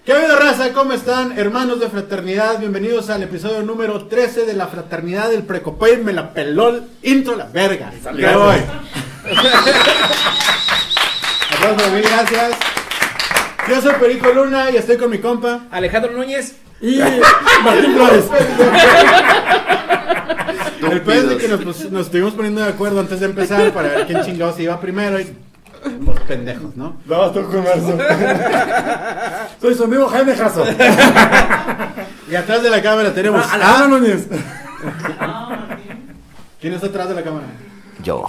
¿Qué ha habido, raza? ¿Cómo están, hermanos de fraternidad? Bienvenidos al episodio número 13 de la fraternidad del Precopay. Me la peló intro la verga. ¿Qué voy? Aplausos para mí, gracias. Yo soy Perico Luna y estoy con mi compa Alejandro Núñez y Martín Flores. El peor es que nos estuvimos poniendo de acuerdo antes de empezar para ver quién chingados iba primero y los pendejos, ¿no? Vamos tú con eso. Soy su amigo Jaime Jasso. Y atrás de la cámara tenemos Alejandro Núñez. ¿Quién está atrás de la cámara? Yo.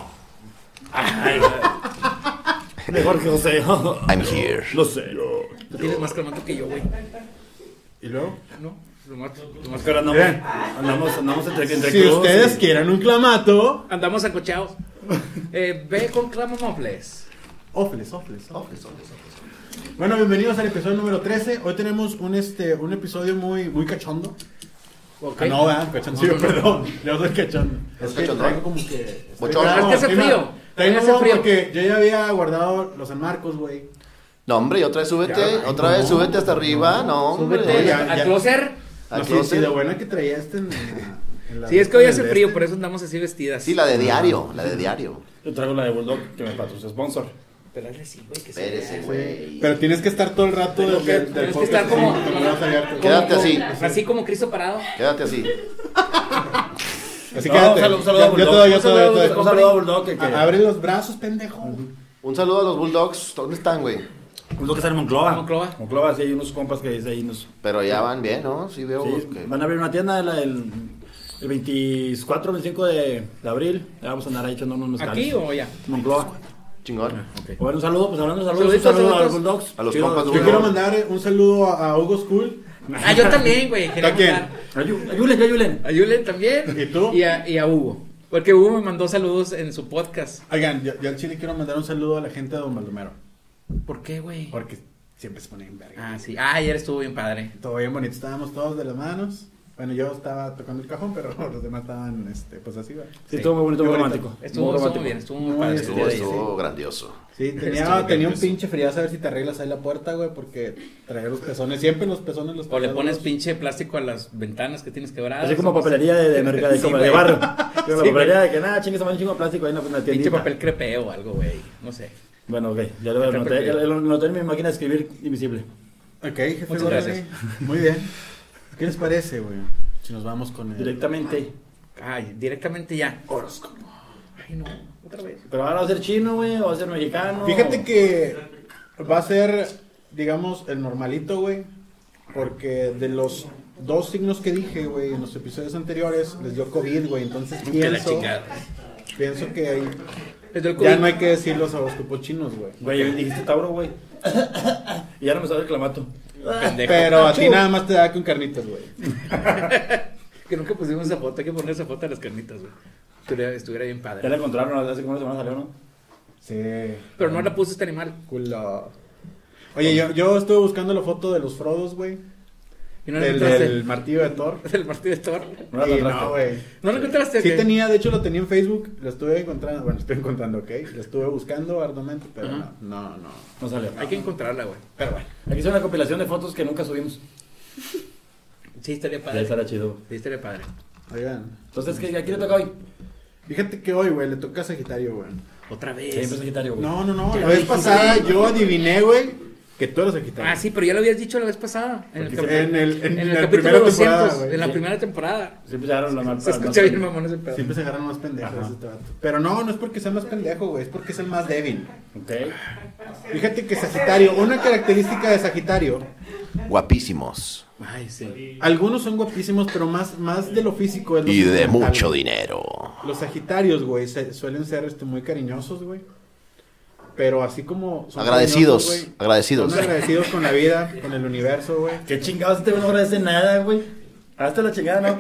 De Jorge José. I'm here. Lo sé. Tú tienes más clamato que yo, güey. ¿Y luego? No, lo más Pero andamos entre Si cruz ustedes y... quieren un clamato, andamos acochados. Ve con clamamofles. ofles. Bueno, bienvenidos al episodio número 13. Hoy tenemos un episodio muy cachondo. Okay. No, cachondo. Sí, perdón. Yo soy cachondo. ¿Es que cachondo? traigo como que... Bochorno. Es que hace frío. Traigo Hace frío. porque yo ya había guardado los enmarcos, güey. No, hombre, y otra vez súbete. Ya, otra vez no. súbete hasta arriba. No, hombre. Súbete ya. al closer. Al No, sí, closet. de buena que traía en la... Sí, es que hoy en hace el frío, por eso andamos así vestidas. Sí, la de diario. La de diario. Yo traigo la de Bulldog que me patrocina sponsor. Pero hazle así, güey, que se Espérese, vea. güey. Pero tienes que estar todo el rato Tengo que- del tienes que podcast estar como- así, con los brazos abiertos. Quédate así. Así como Cristo parado. Quédate así. Así No, quédate. un saludo a Yo Bulldog. todo. Un saludo a Bulldog que... Abre los brazos, pendejo. Un saludo a los Bulldogs. ¿Dónde están, güey? Bulldog que está en Monclova. Monclova. Sí, hay unos compas que dice ahí nos... Pero ya van bien, ¿no? Sí veo Sí, que... van a abrir una tienda el 24, 25 de abril. Ya vamos a andar ahí echando unos mezcales. ¿Aquí o ya? Monclova. Chingón. Bueno, un saludo, pues hablando de saludos, un Saluditos, saludo a los saluditos. Bulldogs. A los Chido, compas chido. Yo quiero mandar un saludo a Hugo School. Ah, yo también, güey. ¿A quién? Ayulen. A Yulen también. ¿Y tú? Y a Hugo. Porque Hugo me mandó saludos en su podcast. Oigan, yo al chile quiero mandar un saludo a la gente de Don Baldomero. ¿Por qué, güey? Porque siempre se ponen en verga. Ah, sí. Ah, ayer estuvo bien padre. Todo bien bonito, estábamos todos de las manos. Bueno, yo estaba tocando el cajón, pero los demás estaban, pues así, ¿verdad? Sí, estuvo muy bonito, muy Qué bonito. romántico. Estuvo muy bien, estuvo muy Muy padre. bien, Estuvo, Sí, estuvo grandioso. Sí, tenía un pinche friazo a ver si te arreglas ahí la puerta, güey, porque traía los pezones, siempre los pezones los O traía le pones duros. pinche plástico a las ventanas que tienes quebradas. Así como papelería de mercado, Sí, como de güey. barrio. Como Sí, la papelería de que nada, chingues, un chingo de plástico ahí en la Pinche tiendita. papel crepeo o algo, güey. No sé. Bueno, ok, ya lo anoté en mi máquina de escribir invisible. Ok, jefe. Muchas órale. gracias. Muy bien. ¿Qué les parece, güey? Si nos vamos con el... Directamente. Ay, directamente ya. Horóscopo. Ay, no. Otra vez. Pero ahora va a ser chino, güey, o va a ser mexicano. Fíjate que va a ser, digamos, el normalito, güey. Porque de los dos signos que dije, güey, en los episodios anteriores, les dio COVID, güey. Entonces Que la chingada. pienso que ahí Les dio el ya COVID. no hay que decir los horóscopos chinos, güey. Güey, dijiste Tauro, güey. Y ya no me sale el clamato. Pendejo. Pero a ti nada más te da con carnitas, güey. Que nunca pusimos esa foto. Hay que poner esa foto a las carnitas, güey. Estuviera bien Ya padre. la encontraron, hace como una semana salió, ¿no? Sí. Pero no la puse este animal. Culo. Oye, yo estuve buscando la foto de los Frodos, güey. Y no la Del encontraste. martillo de Thor. Del martillo de Thor. No la Y encontraste. no, güey. ¿No la encontraste? Sí ¿Qué? tenía, de hecho lo tenía en Facebook, lo estuve encontrando, bueno, estoy encontrando, ok, lo estuve buscando arduamente, pero Ajá. no. No salió. Hay que encontrarla, güey. Pero bueno. Aquí hice una compilación de fotos que nunca subimos. Sí, estaría Ya padre. estará chido. Sí, estaría padre. Oigan, Entonces, ¿qué? ¿Aquí le toca hoy? fíjate que hoy, güey, le toca a Sagitario, güey. Otra vez. Siempre Sagitario, güey. No, Ya la lo vez dijiste. pasada yo adiviné, güey, que tú eras Sagitario. Ah, sí, pero ya lo habías dicho la vez pasada. En el, Porque en el capítulo primera 200. temporada, güey. En la Sí. primera temporada. Siempre se agarran la mano. Se escucha bien mamón ese pedo. Siempre se agarran más pendejos Ajá. este vato. Pero no es porque sea más pendejo, güey, es porque es el más débil. Ok. Fíjate que Sagitario, una característica de Sagitario, Guapísimos. Ay, sí. algunos son guapísimos, pero más de lo físico es lo Y de sentimental, mucho güey. dinero. Los Sagitarios, güey, suelen ser muy cariñosos, güey. Pero así como son Agradecidos, cariñosos, güey, agradecidos. son agradecidos con la vida, con el universo, güey. ¿Qué chingados este güey no agradece nada, güey? Hasta la chingada, ¿no?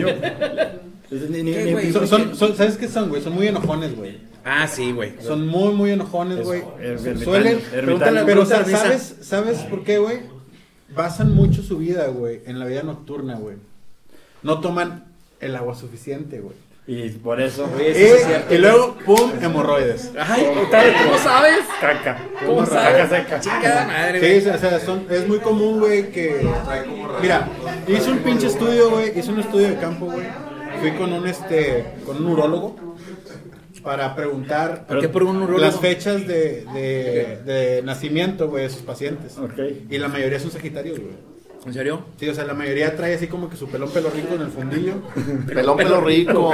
¿Qué, güey? ¿Sabes qué son, güey? Son muy enojones, güey. Ah, sí, güey. Son muy enojones, güey. ermitaños, Suelen, ermitaños. pero Pregúntale a Misa. ¿sabes por qué, güey? Basan mucho su vida, güey, en la vida nocturna, güey. No toman el agua suficiente, güey. Y por eso. Y luego, pum, hemorroides. Ay, ¿cómo sabes? Caca. ¿Cómo Caca sabes? seca. Chingada madre, güey. Sí, o sea, es muy común, güey, que... Mira, hice un pinche estudio, güey, hice un estudio de campo, güey. Fui con un urólogo para preguntar ¿Por qué por un urólogo? las fechas de nacimiento, güey, de sus pacientes. Ok. Y la mayoría son sagitarios, güey. ¿En serio? Sí, o sea, la mayoría trae así como que su pelón pelo rico en el fundillo. Pelón, pelo rico.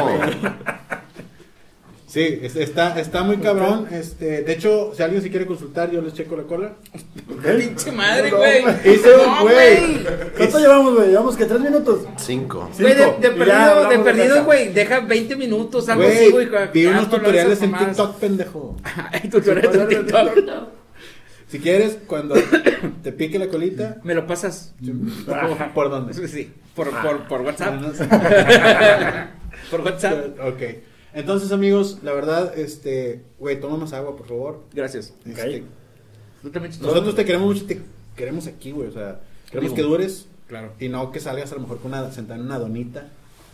Sí, está muy cabrón. De hecho, si alguien se quiere consultar, yo les checo la cola. Pinche madre, güey. Hice un güey. ¿Cuánto llevamos, güey? ¿Llevamos que 3 minutos? 5. Güey, de Y ya hablamos de perdido, caca. güey. Deja 20 minutos, algo así, güey. Vi ya unos por hablar de tutoriales esas en mamadas. TikTok, pendejo. Ay, tutoriales en TikTok. Si quieres, cuando te pique la colita, ¿Me lo pasas? ¿por dónde? Sí, por WhatsApp. No sé. Por WhatsApp. Ok. Entonces, amigos, la verdad, güey, toma más agua, por favor. Gracias. Tú también, chistoso. Nosotros te queremos mucho, te queremos aquí, güey, o sea, queremos Vivo. que dures Claro. y no que salgas a lo mejor con sentada en una donita.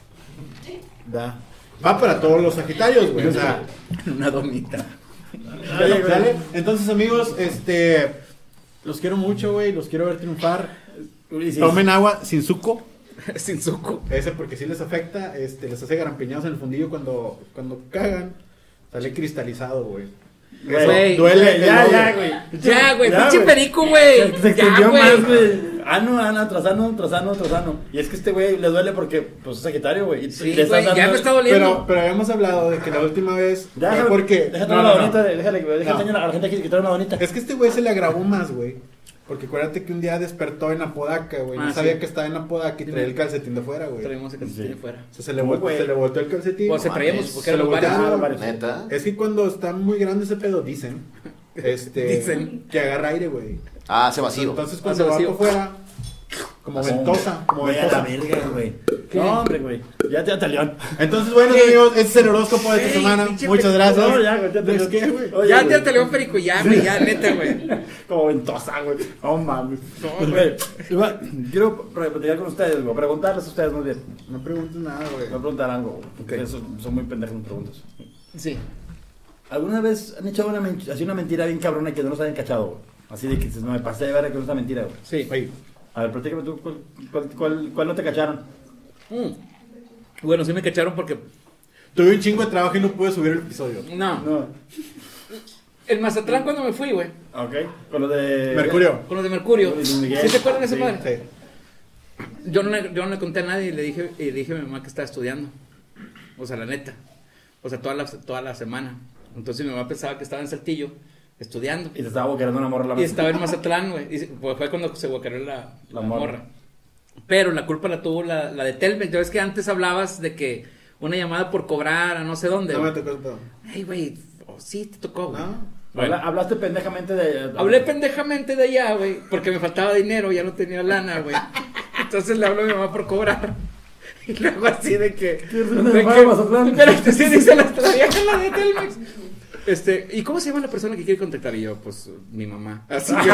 Va para todos los sagitarios, güey, o sea, Una domita. ¿sale? Entonces, amigos, los quiero mucho, güey, los quiero ver triunfar. Tomen agua sin suco. Sin suco. Ese porque sí les afecta, les hace garampiñados en el fundillo cuando cagan, sale cristalizado, güey. Eso Güey, duele el Ya, odio. ya, güey. Ya, güey, Ya, pinche güey. perico, güey. Se Ya, extendió más, güey. güey. Ano, tras ano. Y es que este güey le duele porque, pues, es sagitario, güey. Y Sí, le estás güey, ya dando- me está doliendo. Pero habíamos hablado de que la última vez Ya, fue déjame- porque Déjate no, una no, no. donita, déjale No. enseñar a la gente que trae una donita. Es que este güey se le agravó más, güey. Porque acuérdate que un día despertó en Apodaca, güey. No Ah, sabía sí. que estaba en Apodaca y traía el calcetín de fuera, güey. Traemos el calcetín Sí. afuera. O sea, se le ¿Cómo, volteó, güey? el calcetín. O sea, traíamos, mames. porque Se eran lo varios. voltearon. varios. Neta. Es que cuando está muy grande ese pedo, dicen, Dicen. que agarra aire, güey. Ah, hace vacío. Entonces cuando va vacío. por fuera, como ventosa, como Güey, a la ventosa. verga, güey. ¿Qué? No, hombre, güey. Ya te ata león. Entonces, bueno, ¿Qué? amigos, este es el horóscopo de esta Ey, semana. pinche Muchas gracias. No, ya, güey, ya te ¿Es qué, güey? Oye, Ya, güey. ya te leo perico, ya, güey, ya, neta, güey. Como ventosa, güey. No mames. No, Pues, güey, quiero platicar con ustedes, güey. Preguntarles a ustedes más bien. No preguntes nada, güey. Me voy a preguntar algo, güey. Porque Ok. son muy pendejos mis preguntas. Sí. ¿Alguna vez han echado así una mentira bien cabrona que no nos hayan cachado, güey? Así de que dices, no me pasé de ver que no es una mentira, güey. Sí. Oye, A ver, platícame tú, ¿cuál no te cacharon? Bueno, sí me cacharon porque. tuve un chingo de trabajo y no pude subir el episodio. No. No. El Mazatlán cuando me fui, güey. Ok. Con lo de... Mercurio. Con los de Mercurio. Luis Miguel. ¿Sí se acuerdan de ese Sí, padre? Sí. Yo no le conté a nadie y le dije a mi mamá que estaba estudiando. O sea, la neta. O sea, toda la semana. Entonces mi mamá pensaba que estaba en Saltillo estudiando. Y te estaba boqueando una morra a la Y estaba en Mazatlán, güey. Y pues fue cuando se guacareó la morra. morra. Pero la culpa la tuvo la de Telmex. Ya ves que antes hablabas de que una llamada por cobrar a no sé dónde. No me güey. tocó el pedo. Ay, güey. Sí, te tocó, güey. ¿No? Bueno. Hablaste pendejamente de... Hablé pendejamente de allá, güey, porque me faltaba dinero, ya no tenía lana, güey. Entonces le hablo a mi mamá por cobrar. Y luego así de que... una de llamada que- a Mazatlán? Espérate, sí, dice la vieja, la de Telmex. ¿Y cómo se llama la persona que quiere contactar? Y yo, pues, mi mamá. Así que...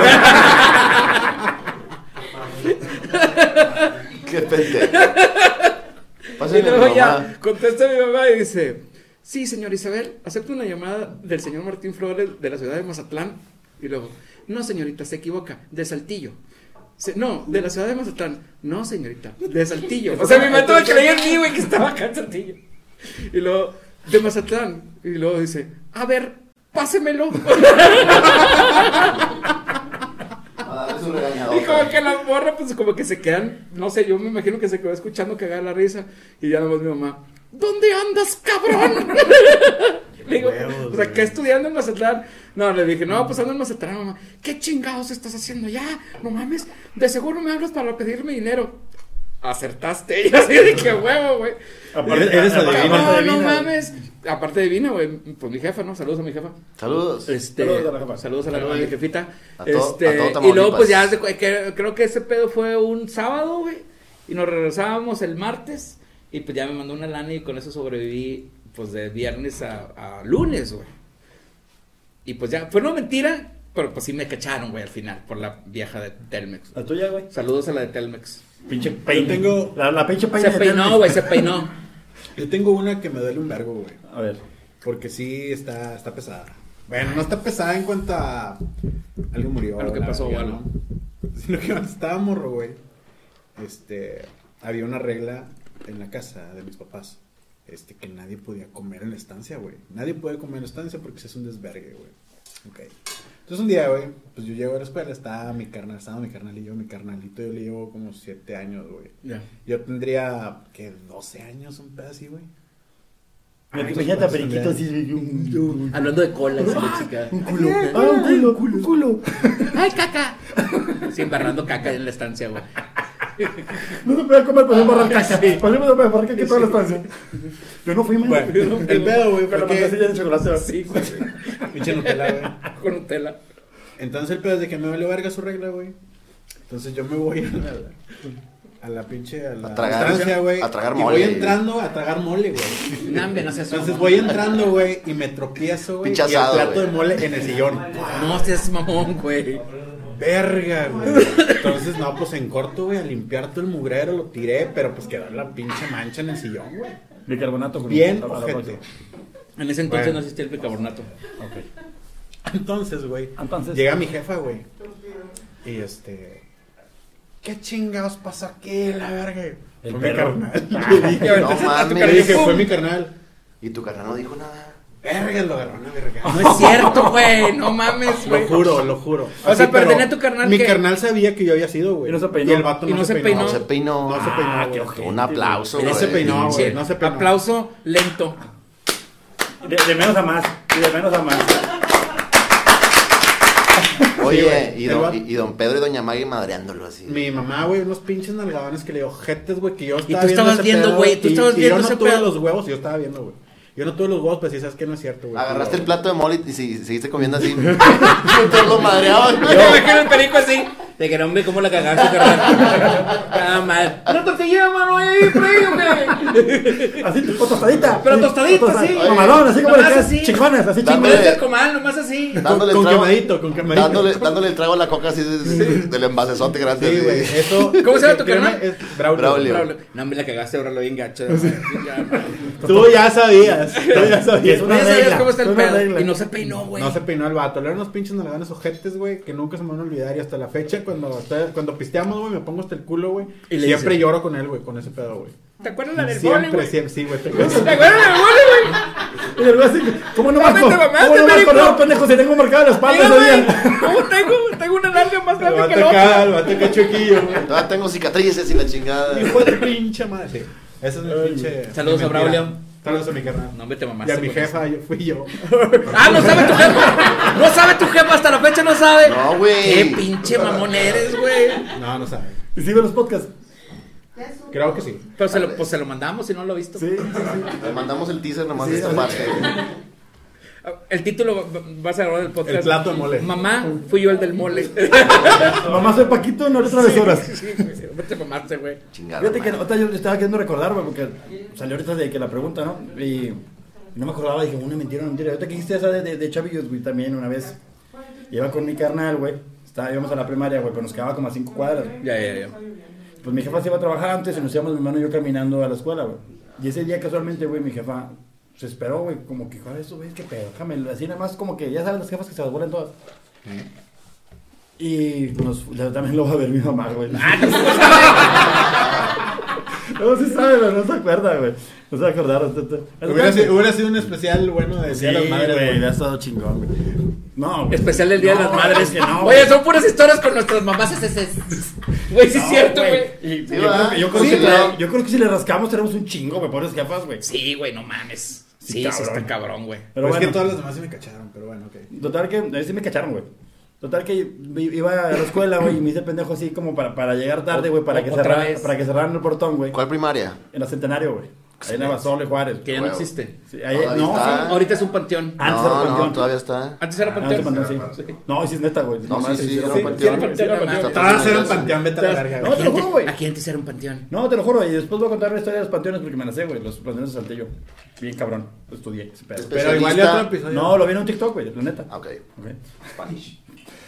Qué pendejo. Y Pásale a mi luego ya mamá. contesta mi mamá y dice... Sí, señor Isabel, acepto una llamada del señor Martín Flores de la ciudad de Mazatlán. Y luego, no, señorita, se equivoca, de Saltillo. No, de la ciudad de Mazatlán. No, señorita, de Saltillo. O sea, mi mamá tuvo que creer en mí, güey, que estaba acá en Saltillo. Y luego, de Mazatlán. Y luego dice, a ver, pásemelo. Ah, es un regañador. Y como que la morra, pues como que se quedan, no sé, yo me imagino que se quedó escuchando cagar la risa. Y ya nomás mi mamá, ¿dónde andas, cabrón? Le digo, Huevos, o sea, güey. ¿qué estudiando en Mazatlán? No, le dije, no, pues ando en Mazatlán, mamá. ¿Qué chingados estás haciendo ya? No mames, de seguro me hablas para pedirme dinero. Acertaste. Y yo así de que huevo, güey. Eres adivino. No, adivina, no güey. mames. Aparte de Vina, güey, pues mi jefa, ¿no? Saludos a mi jefa. Saludos. Saludos a la jefa. Saludos a la Saludos. mi jefita. A todo y luego Tamaulipas. pues ya creo que ese pedo fue un sábado, güey, y nos regresábamos el martes y pues ya me mandó una lana y con eso sobreviví pues de viernes a lunes, güey. Y pues ya fue una mentira, pero pues sí me cacharon, güey, al final por la vieja de Telmex. La tuya, güey. Saludos a la de Telmex. Pinche peine. Yo tengo- La pinche peine Se de peinó, Telmex. güey, se peinó. Yo tengo una que me duele un vergo, güey. A ver. Porque sí está pesada. Bueno, no está pesada en cuanto a algo murió. A lo que la pasó, verga, o algo. ¿no? Sino que cuando estaba morro, güey, había una regla en la casa de mis papás, que nadie podía comer en la estancia, güey. Nadie puede comer en la estancia porque se hace un desvergue, güey. Ok. Entonces un día, güey, pues yo llego a la escuela, estaba mi carnalillo, mi carnalito, yo le llevo como 7 años, güey. Ya. Yo tendría, ¿qué? 12 años, un pedo así, güey. Imagínate a Periquito así. Hablando de colas, la chica. Un culo. Un culo. ¡Ay, caca! Sí, embarrando caca en la estancia, güey. No se puede comer, podemos barrar caca. Sí. Podemos barrar caca en toda la estancia. Yo no fui, man. Bueno, el pedo, güey, Pero porque... la de chocolate. Sí, güey. Pinche Nutella, güey. Con Nutella. Entonces el pedo es de que me vale verga su regla, güey. Entonces yo me voy a la tragar, estancia, güey. a tragar y mole. voy entrando a tragar mole, güey. Nambe, no seas Entonces voy entrando, güey, y me tropiezo, güey. Y Pinche el asado, plato güey. de mole en el sillón. No seas mamón, güey. Verga, güey. Entonces, no, pues en corto, güey, a limpiar todo el mugrero, lo tiré, pero pues quedó la pinche mancha en el sillón, güey. Bicarbonato. Bien, ojete. En ese entonces Bueno. no existía el bicarbonato. Ok. Entonces, güey, Entonces. llega mi jefa, güey. Y ¿qué chingados pasó aquí, la verga? El Fue mi perro. carnal. No mames. Le dije, fue mi carnal. Y tu carnal no dijo nada. Verga, lo agarró una verga. No es cierto, güey. No mames, Lo güey. juro, lo juro. O sea, pero pero tenía tu carnal Mi que- carnal sabía que yo había sido, güey. Y no se peinó. Y el vato Y no se peinó. No se peinó. No se peinó, Ah, güey. qué ojete. Un aplauso, No güey. se peinó, Sí. güey. No se peinó. Aplauso lento. De menos a más. De menos a más. Oye, Sí, güey. y, El vato- y don Pedro y doña Maggie madreándolo así. Mi mamá, güey, unos pinches nalgadones que le dio jetes, güey, que yo estaba tú estabas ese viendo, pedo, güey, tú y- estabas y viendo yo ese no tuve pedo. los huevos y yo estaba viendo, güey. Yo no tuve los huevos, pues sí sabes que no es cierto, güey. Agarraste el Pero- plato de mole y seguiste comiendo así. Mientras lo madreaban. Yo me imagino el perico así. De que no, hombre, ¿cómo la cagaste, carnal? Nada mal. Una tortilla, mano, ahí, frío, güey. Así, o tostadita. Pero tostadita, sí. Mamalón, así como Nomás le así. chingones, así Dame- chingones. No es comal, nomás así. Dándole Con el trago. quemadito, con quemadito. Dándole el trago a la coca así del envasezote grande. Sí, así. güey, eso... ¿Cómo se llama tu créeme, carnal? Es Braulio. Braulio. Braulio. No, me la cagaste, ahora lo bien gacho. Tú ya sabías, tú ya sabías. Es una Ya sabías regla, cómo está el es una pedo. regla. Y no se peinó, güey. No se peinó el vato, le eran unos pinches nalgadones ojetes, güey, que nunca se me van a olvidar. Y hasta la fecha, cuando pisteamos, güey, me pongo hasta el culo, güey. Y le Siempre dices- lloro con él, güey, con ese pedo, güey. ¿Te acuerdas la del boli, Siempre, güey? siempre, sí, güey. ¿Te acuerdas del boli, güey? Y el güey así, ¿cómo no Dame, marco? te mamaste, ¿Cómo no marco? perico. No, pendejo, si tengo marcado la espalda ese Dígame, día. ¿cómo tengo una larga más El grande vato que la otra? acá, el vato acá chuequillo, güey. Todavía tengo cicatrices y la chingada. Hijo de pinche madre. Sí. Esa es mi pinche. Saludos mi a mentira. Braulio. Saludos a mi carnal. No, hombre, te Y mamaste. a mi con jefa, fui yo. eso. Ah, no sabe tu jefa. No sabe tu jefa, hasta la fecha no sabe. No, güey. Qué pinche mamón eres, güey. No sabe. Y sigue los podcasts. Creo que sí. Pero se lo mandamos si no lo he visto. Sí, sí, sí. Le mandamos el teaser nomás Sí, de esta sí. parte. El título vas a grabar del podcast. El plato de mole. Mamá, fui yo el del mole. Mamá, soy Paquito, no eres travesuras. Sí, güey, no te mamaste, güey. Chingada. Fíjate que madre. ahorita yo estaba queriendo recordar, güey, porque salió ahorita de que la pregunta, ¿no? Y no me acordaba, dije, una mentira. Ahorita que dijiste esa de chavillos, güey, también una vez. Iba con mi carnal, güey. Íbamos a la primaria, güey, pero nos quedaba como a 5 cuadras. Ya. Pues mi jefa se iba a trabajar antes y nos íbamos mi hermano y yo caminando a la escuela, güey. Y ese día casualmente, güey, mi jefa se esperó, güey, como que, joder, eso, güey, qué pedo, déjame, así nada más como que, ya sabes, las jefas que se las vuelan todas. Y también lo va a ver mi mamá, güey. No, sí sabe, pero no se acuerda, güey. No se va a acordar. Hubiera sido un especial bueno de Sí, Día de las Madres, güey, güey. le ha estado chingón, güey. No, güey. Especial del Día de las No, Madres. es que no, Oye, güey. son puras historias con nuestras mamás. Güey, sí es No, cierto, güey. Y Sí, yo, ¿verdad? creo, yo creo Sí, que ¿no? yo creo que si le rascamos tenemos un chingo, güey, pobres jefas, güey. Sí, güey, no mames. Sí, Sí, sí cabrón. está cabrón, güey. Pero Pues es bueno, que todas las demás se me cacharon, pero bueno, ok. total que, a ver si me cacharon, güey. Total que iba a la escuela, güey, y me hice pendejo así como para llegar tarde, güey, para que Otra vez. cerraran el portón, güey. ¿Cuál primaria? En la Centenario, güey. Ahí en Abasolo y Juárez. Que ya no Huevo. existe. Sí, ahí, Ahí no, está. sí. Ahorita es un panteón. Antes era No, panteón. todavía está. Antes era Antes panteón. era panteón, sí. No, sí es neta, güey. No, sí, sí, era era un un panteón. panteón. Sí, era Sí, panteón. Todas eran panteón, vete a la verga, No, güey. te lo juro, güey. Aquí antes era un panteón. No, te lo juro, y después voy a contar la historia de los panteones porque me la sé, güey. Los panteones de Saltillo. Bien cabrón. Lo estudié ese pedo. Pero igual hay otro episodio. No, lo vi en un TikTok, güey, la neta. Ah, ok. Ok. Spanish.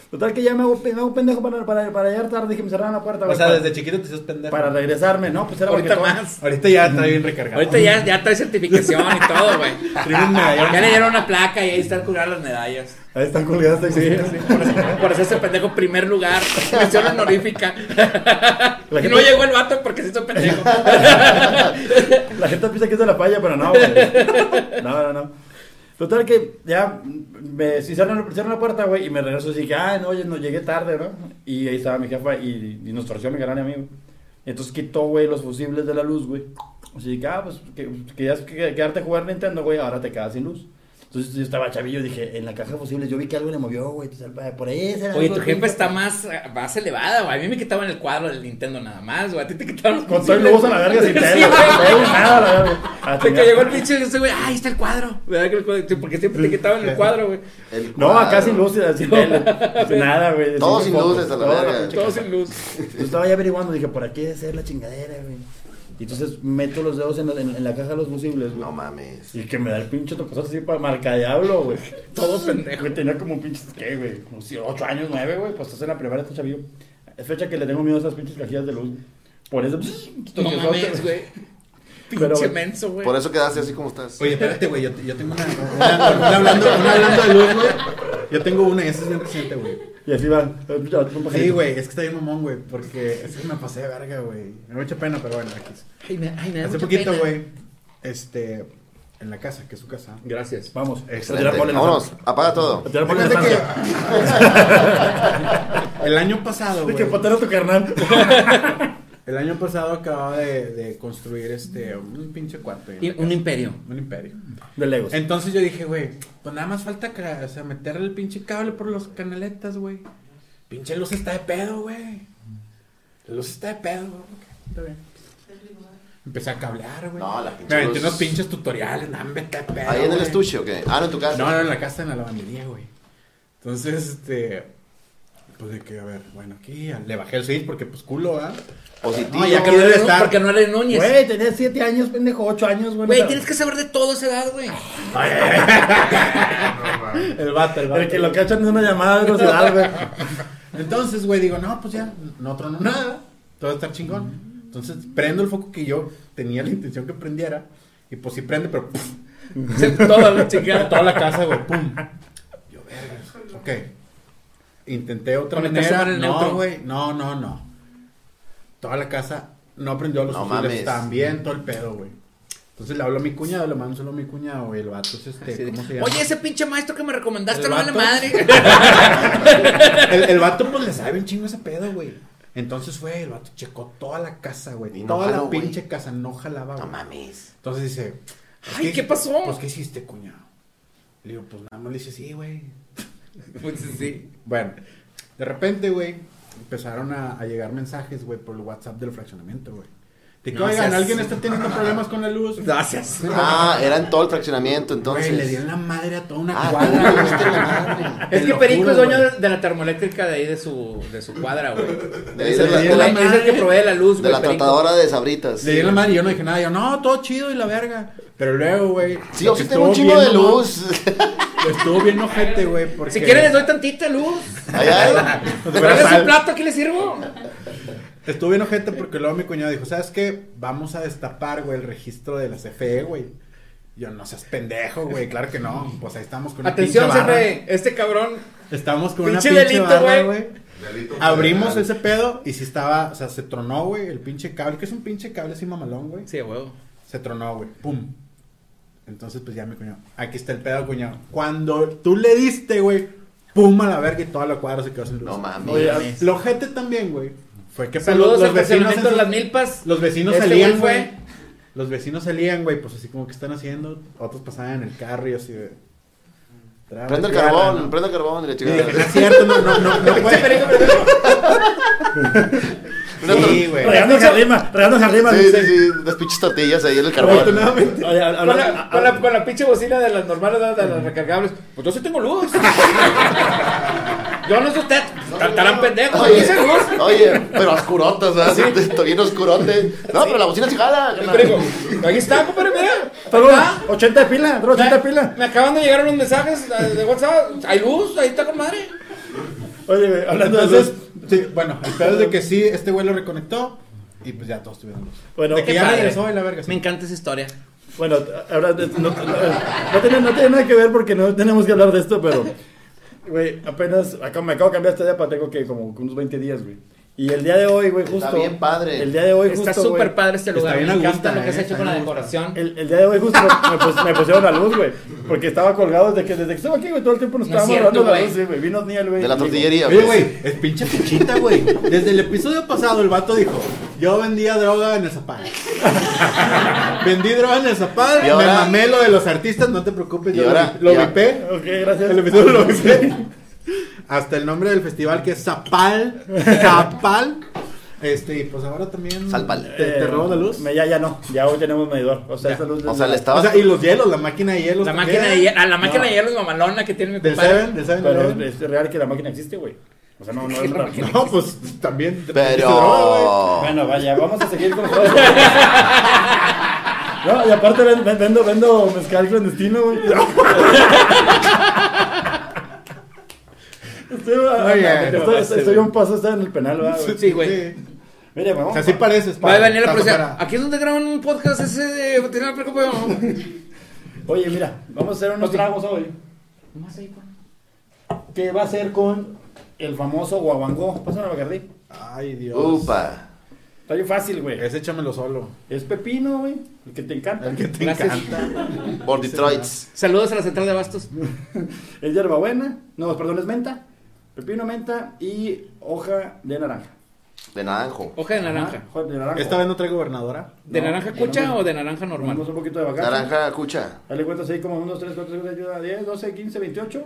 Total que ya me hago pendejo para llegar tarde, dije, me cerraron la puerta. O güey, sea, para- desde chiquito te hiciste pendejo. Para regresarme, ¿no? Pues era Ahorita porque todo- más. Ahorita ya está bien recargado. Ahorita ya trae certificación y todo, güey. Tienes medallón. Ya le dieron una placa y ahí están colgadas las medallas. Ahí están colgadas. Sí, sí. Por eso ese pendejo primer lugar. Mención honorífica. La Y gente- no llegó el vato porque se hizo pendejo. La gente piensa que es de la falla, pero no, güey. No. Total que ya me cierran la puerta, güey, y me regreso así que, no, oye, no llegué tarde, ¿no? Y ahí estaba mi jefa y nos torció mi gran amigo. Entonces quitó, güey, los fusibles de la luz, güey. Así que, pues, que querías quedarte a jugar Nintendo, güey, ahora te quedas sin luz. Entonces yo estaba chavillo, dije, en la caja de fusibles, yo vi que algo le movió, güey. Por ahí será Oye, algo tu que- jefa está más elevada, güey. A mí me quitaban el cuadro del Nintendo nada más, güey. A ti te quitaron los Con todo el fusibles. luz a la verga sin Sí, tele, güey. güey. Nada, la verga. A De que chingar. llegó el pinche ese güey, ahí está el cuadro. ¿Verdad que el cuadro? Sí, porque siempre te quitaban el cuadro, güey. El No, acá cuadro. sin luz, sin tele. Sin nada, güey. Todo sin focos, luces a la toda verga. pinche Todo casa. sin luz. Yo estaba ya averiguando, dije, por aquí debe ser la chingadera, güey. Y entonces meto los dedos en la caja de los fusibles, güey. No mames. Y que me da el pinche tocosazo así para marca diablo, güey. Todo pendejo. Güey, tenía como pinches, ¿qué, güey? Como 8 años, 9, güey. Pues estás en la primaria, estás chavillo. Es fecha que le tengo miedo a esas pinches cajillas de luz. Por eso, No mames, güey. Pero, Pinche güey, menso, güey. Por eso quedaste así como estás. Oye, espérate, güey, yo tengo una hablando de luz, güey. Yo tengo una y esa es bien reciente, güey. Y así va. Sí, güey, es que está bien mamón, güey, porque es que me pasé de verga, güey. Me da mucha pena, pero bueno, aquí. Ay, me da Hace mucha poquito, pena. güey, en la casa, que es su casa. Gracias. Vamos. Excelente. Vámonos, apaga todo. Fíjate que el año pasado, De güey, que patera tu carnal. el año pasado acababa de construir un pinche cuarto. ahí en Y la un casa. imperio. Un imperio. De Legos. Entonces yo dije, güey, pues nada más falta meterle el pinche cable por los canaletas, güey. Pinche luz está de pedo, güey. La luz está de pedo, güey. Ok, está bien. Empecé a cablear, güey. No, la pinche Me aventé luz. unos pinches tutoriales, no, me está de pedo. ¿Ahí en el güey. estuche o qué? Ah, no, en tu casa. No, en la casa, en la lavandería, güey. Entonces, pues de que, a ver, bueno, aquí le bajé el switch porque, pues, culo, ¿ah? Positivo. No, ya que debe estar. Porque no eres Núñez. Güey, tenías 7 años, pendejo, 8 años, güey. Güey, tienes que saber de todo esa edad, güey. El vato. El que lo cachan es una llamada de velocidad, güey. Entonces, güey, digo, no, pues ya, no tronó nada, todo está chingón. Entonces, prendo el foco que yo tenía la intención que prendiera, y pues sí prende, pero ¡puf! Toda la chingada. toda la casa, güey, pum. Yo, verga, ok. Intenté otra Conectaste manera, con el neutro. no, güey, no. Toda la casa no prendió los No fusibles, mames. también todo el pedo, güey. Entonces le hablo a mi cuñado, le mando un saludo a mi cuñado, güey, el vato es Así de, ¿cómo se llama? Oye, ese pinche maestro que me recomendaste ¿El no vale vato? madre. El vato pues le sabe un chingo ese pedo, güey. Entonces fue, el vato checó toda la casa, güey. Y no Toda jaló, la güey. pinche casa no jalaba, No güey. mames. Entonces dice, Ay, ¿qué pasó? Pues, ¿qué hiciste, cuñado? Le digo, pues nada más le dice, sí, güey. Pues sí. Bueno, de repente, güey, empezaron a llegar mensajes, güey, por el WhatsApp del fraccionamiento, güey. De que, No oigan, seas- alguien está teniendo problemas con la luz. Gracias. Ah, era en todo el fraccionamiento, entonces. Güey, le dieron la madre a toda una Ah, cuadra, no, güey. viste la madre. Es Te que lo Perico juro, es dueño güey. de la termoeléctrica de ahí de su cuadra, güey. De ahí Es de el- la- es de la el- es el que provee la luz, De güey. la Perico. tratadora de sabritas. Le dieron la madre y yo no dije nada. Yo, no, todo chido y la verga. Pero luego, güey. Sí, yo sí tengo un chingo de luz. Estuvo bien ojete, güey. Porque... Si quieren les doy tantita luz. Ay, ay. ¿Cuál es su plato? ¿Aquí le sirvo? Estuvo bien ojete porque luego mi cuñado dijo, ¿sabes qué? Vamos a destapar, güey, el registro de la CFE, güey. Yo, no seas pendejo, güey. Claro que no. Pues ahí estamos con una Atención, pinche barra. CFE. Este cabrón. Estamos con Pinche una pinche delito, barra, güey. güey. Abrimos ese pedo y sí estaba, o sea, se tronó, güey, el pinche cable, que es un pinche cable así mamalón, güey. Sí, huevo. Se tronó, güey. Pum. Entonces, pues ya me cuñado. Aquí está el pedo, cuñado. Cuando tú le diste, güey, pum a la verga y toda la cuadra se quedó sin luz. No mames. Oye, Lo ojete también, güey. Fue que Saludos al vecinos fraccionamiento de las milpas. los vecinos Este salían, güey güey. fue. Los vecinos salían, güey, pues así como que están haciendo. Otros pasaban en el carro y así de. Prende el Tráeme, carbón, ¿no? prende el carbón y le Y dije, no chingada. es cierto, no puede. Sí, güey. Regándose arriba, Sí, sí, sí, unas pinches tortillas ahí en el carbón. Afortunadamente. Oye, Con la pinche bocina de las normales, de las recargables. Pues yo sí tengo luz. Yo no sé usted. Estarán pendejos. Oye, Dice luz. oye, pero oscurotas, ¿verdad? Sí. Está bien oscurote. No, pero la bocina sí jala. Pero ahí está, compadre, mira. Pero Ahí está. 80 de pila, 80 de pila. Me acaban de llegar unos mensajes de WhatsApp. Hay luz, ahí está con madre. Oye, güey, hablando Entonces, de eso. sí, bueno, el pedo es de que sí, este güey lo reconectó y pues ya todos tuvieron luz. Bueno, de que qué ya padre. regresó y la verga. sí. Me encanta esa historia. Bueno, ahora no tiene nada que ver porque no tenemos que hablar de esto, pero, güey, apenas me acabo de cambiar esta idea, tengo que como unos 20 días, güey. Y el día de hoy, güey, justo. Está bien padre. El día de hoy, Está justo, súper güey, padre este lugar. bien Me a encanta gusto, lo que se ha hecho está con la bien a gusto. decoración. El día de hoy justo me pusieron la luz, güey. Porque estaba colgado desde que estaba aquí, güey. Todo el tiempo nos No es estábamos cierto, hablando de la güey. luz, sí, güey. Vino Niel, güey. De la y dijo, tortillería. Oye, güey, es pinche fichita, güey. Desde el episodio pasado el vato dijo, yo vendía droga en el Zapal. Vendí droga en el Zapal, Y ahora- me mamé lo de los artistas, no te preocupes, Y yo ahora- lo ya. vipé. Ok, gracias. El episodio lo vipé. Hasta el nombre del festival que es Zapal. Zapal. Y pues ahora también Salpal. te robo la luz. Ya no. Ya hoy tenemos medidor. O sea, Ya. esta luz. O sea, le O estaba... sea, y los hielos, la máquina de hielos. La también. máquina de hielo, la máquina No. de hielo es mamalona que tiene mi Del compadre. Seven, del Seven. Pero Eleven. es real que la máquina existe, güey. O sea, no es una. No, pues también. Pero... Bueno, vaya, vamos a seguir con los juegos. No, y aparte vendo mezcal clandestino, güey. Estoy a un paso, está en el penal, ¿verdad, güey? Sí, güey. Mire, O vamos. sea, sí pareces. Va a venir la Estás policía. afuera. Aquí es donde graban un podcast ese de Veterinario Preocupado. Oye, mira, vamos a hacer unos tragos hoy. Que va a ser con el famoso guaguangó. Pásame a Bacardí. Ay, Dios. Upa. Está bien fácil, güey. Ese échamelo solo. Es pepino, güey. El que te encanta. El que te Gracias. encanta. Por Detroit. Saludos a la central de Abastos. Es hierbabuena. No, perdón, es menta. Pepino, menta y hoja de naranja. De naranjo. Hoja de naranja. Ajá, hoja de naranja. Esta vez no traigo gobernadora. ¿De No, naranja tenemos- cucha o de naranja normal? Tenemos un poquito de bacacho. Naranja cucha. Dale cuentas ahí como 1, 2, 3, 4, 5, 6, 10, 12, 15, 28.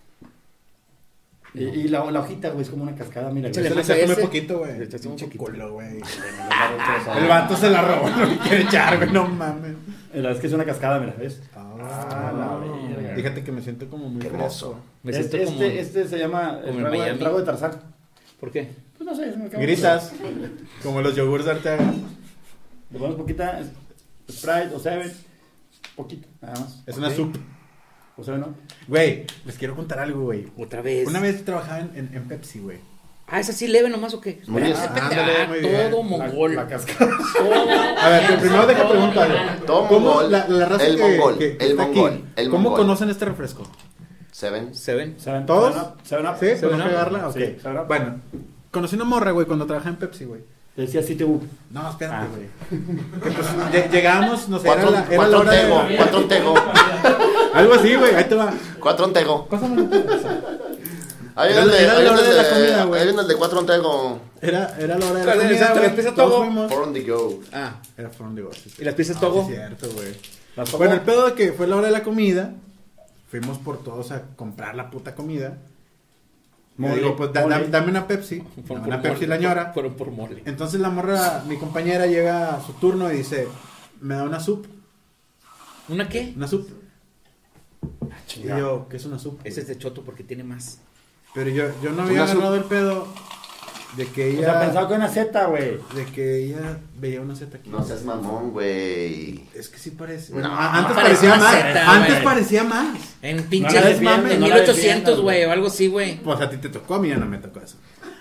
Y la hojita, güey, es como una cascada, mira. Échale Se güey. le más a come ese. poquito, güey. Le echaste un Pinche poquito. culo, güey. El vato se la robó, no le quiere echar, güey, no mames. Es que es una cascada, mira, ¿ves? Ah, la verga. Fíjate que me siento como muy Qué hermoso. fresco. Me siento como... Este se llama como en el Miami. trago de Tarzán. ¿Por qué? Pues no sé, es muy Gritas, como los yogures de Arteaga. Le ponemos poquita Sprite o Seven. Poquito, nada más. Es una Ok. soup. O sea, ¿no? Güey, les quiero contar algo, güey. Otra vez. Una vez trabajaba en Pepsi, güey. Ah, ¿es así leve nomás o qué? Muy bien. Ese Ándale, pendejo, muy bien. todo mongol. La cascada. A ver, pero primero deja preguntar algo. Todo ¿Cómo mongol, la raza el que, mongol, que el está mongol, aquí, el ¿cómo mongol. conocen este refresco? Seven. Seven. ¿Todos? Seven Up. ¿Sí? Seven ¿Podemos Up. pegarla? Ok. Sí, Seven Up. Bueno, conocí una morra, güey, cuando trabajaba en Pepsi, güey. Decía CTU. No, espérate, Ah. güey. Que, pues, llegábamos, no sé, Cuatro era la cuatro hora tego. de... Cuatro tego. Algo así, güey, ahí te va. Cuatro tego. Pásame. Ahí Era- viene el de, era ahí la viene hora el de la comida, de, güey. ahí viene el de cuatro tego. Era la hora de la ¿Cuál comida, es? güey. ¿Empieza Todos todo? fuimos. For on the go. Ah, Era From the Go, sí, sí. ¿y las pizzas Ah, Togo? sí, cierto, güey. Las Bueno, el pedo de que fue la hora de la comida, fuimos por todos a comprar la puta comida. Y Mole, digo, pues mole. dame una Pepsi. Fueron Dame por una Pepsi mole. la ñora. Fueron por mole. Entonces la morra, mi compañera llega a su turno y dice, me da una soup. ¿Una qué? Una soup. Y yo, ¿qué es una soup? Ese es de choto porque tiene más. Pero yo no había Una soup. agarrado el pedo de que O ella... sea, pensaba que una Z, güey. De que ella veía una Z aquí. No seas mamón, güey. Es que sí parece. No, antes parece parecía una más. zeta, Antes güey. parecía más. En No la pinches defiendas, en no la 1800, defiendas, güey, o algo así, güey. Pues a ti te tocó, a mí ya no me tocó eso.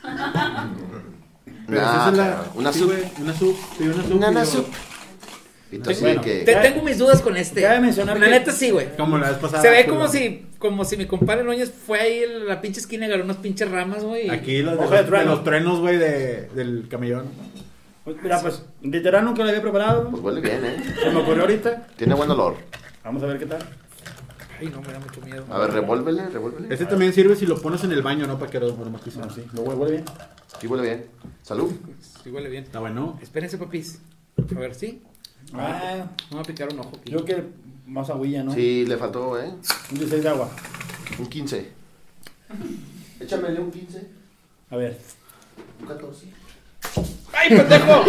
Pero Nah, esa es la... cabrón. Una sí, soup. güey, una soup. Sí, una soup. Una y yo- soup. Y tú sí Bueno, que... Tengo mis dudas con este. Cabe mencionar La que- neta sí, güey. Como la vez pasada. Se ve pues, como si mi compadre Núñez fue ahí en la pinche esquina y agarró unas pinches ramas, güey. Aquí los, Hoja de de trueno. los truenos, güey, del camellón. Pues, mira, pues, literal nunca lo había preparado. Pues huele bien, Se me ocurrió ahorita. Tiene buen olor. Vamos a ver qué tal. Ay, no, me da mucho miedo. A ver, revuélvele. Este también sirve si lo pones en el baño, ¿no? Para que lo más que sea. Ah, sí, lo huele bien. Sí huele bien. Salud. Sí, huele bien. Está bueno. Espérense, papis. A ver, ¿sí? Ah, Me voy a picar un ojo aquí. yo que más agüilla, ¿no? Sí, le faltó, Un 16 de agua. Un 15. Échamele un 15. A ver. Un 14. ¡Ay, pendejo!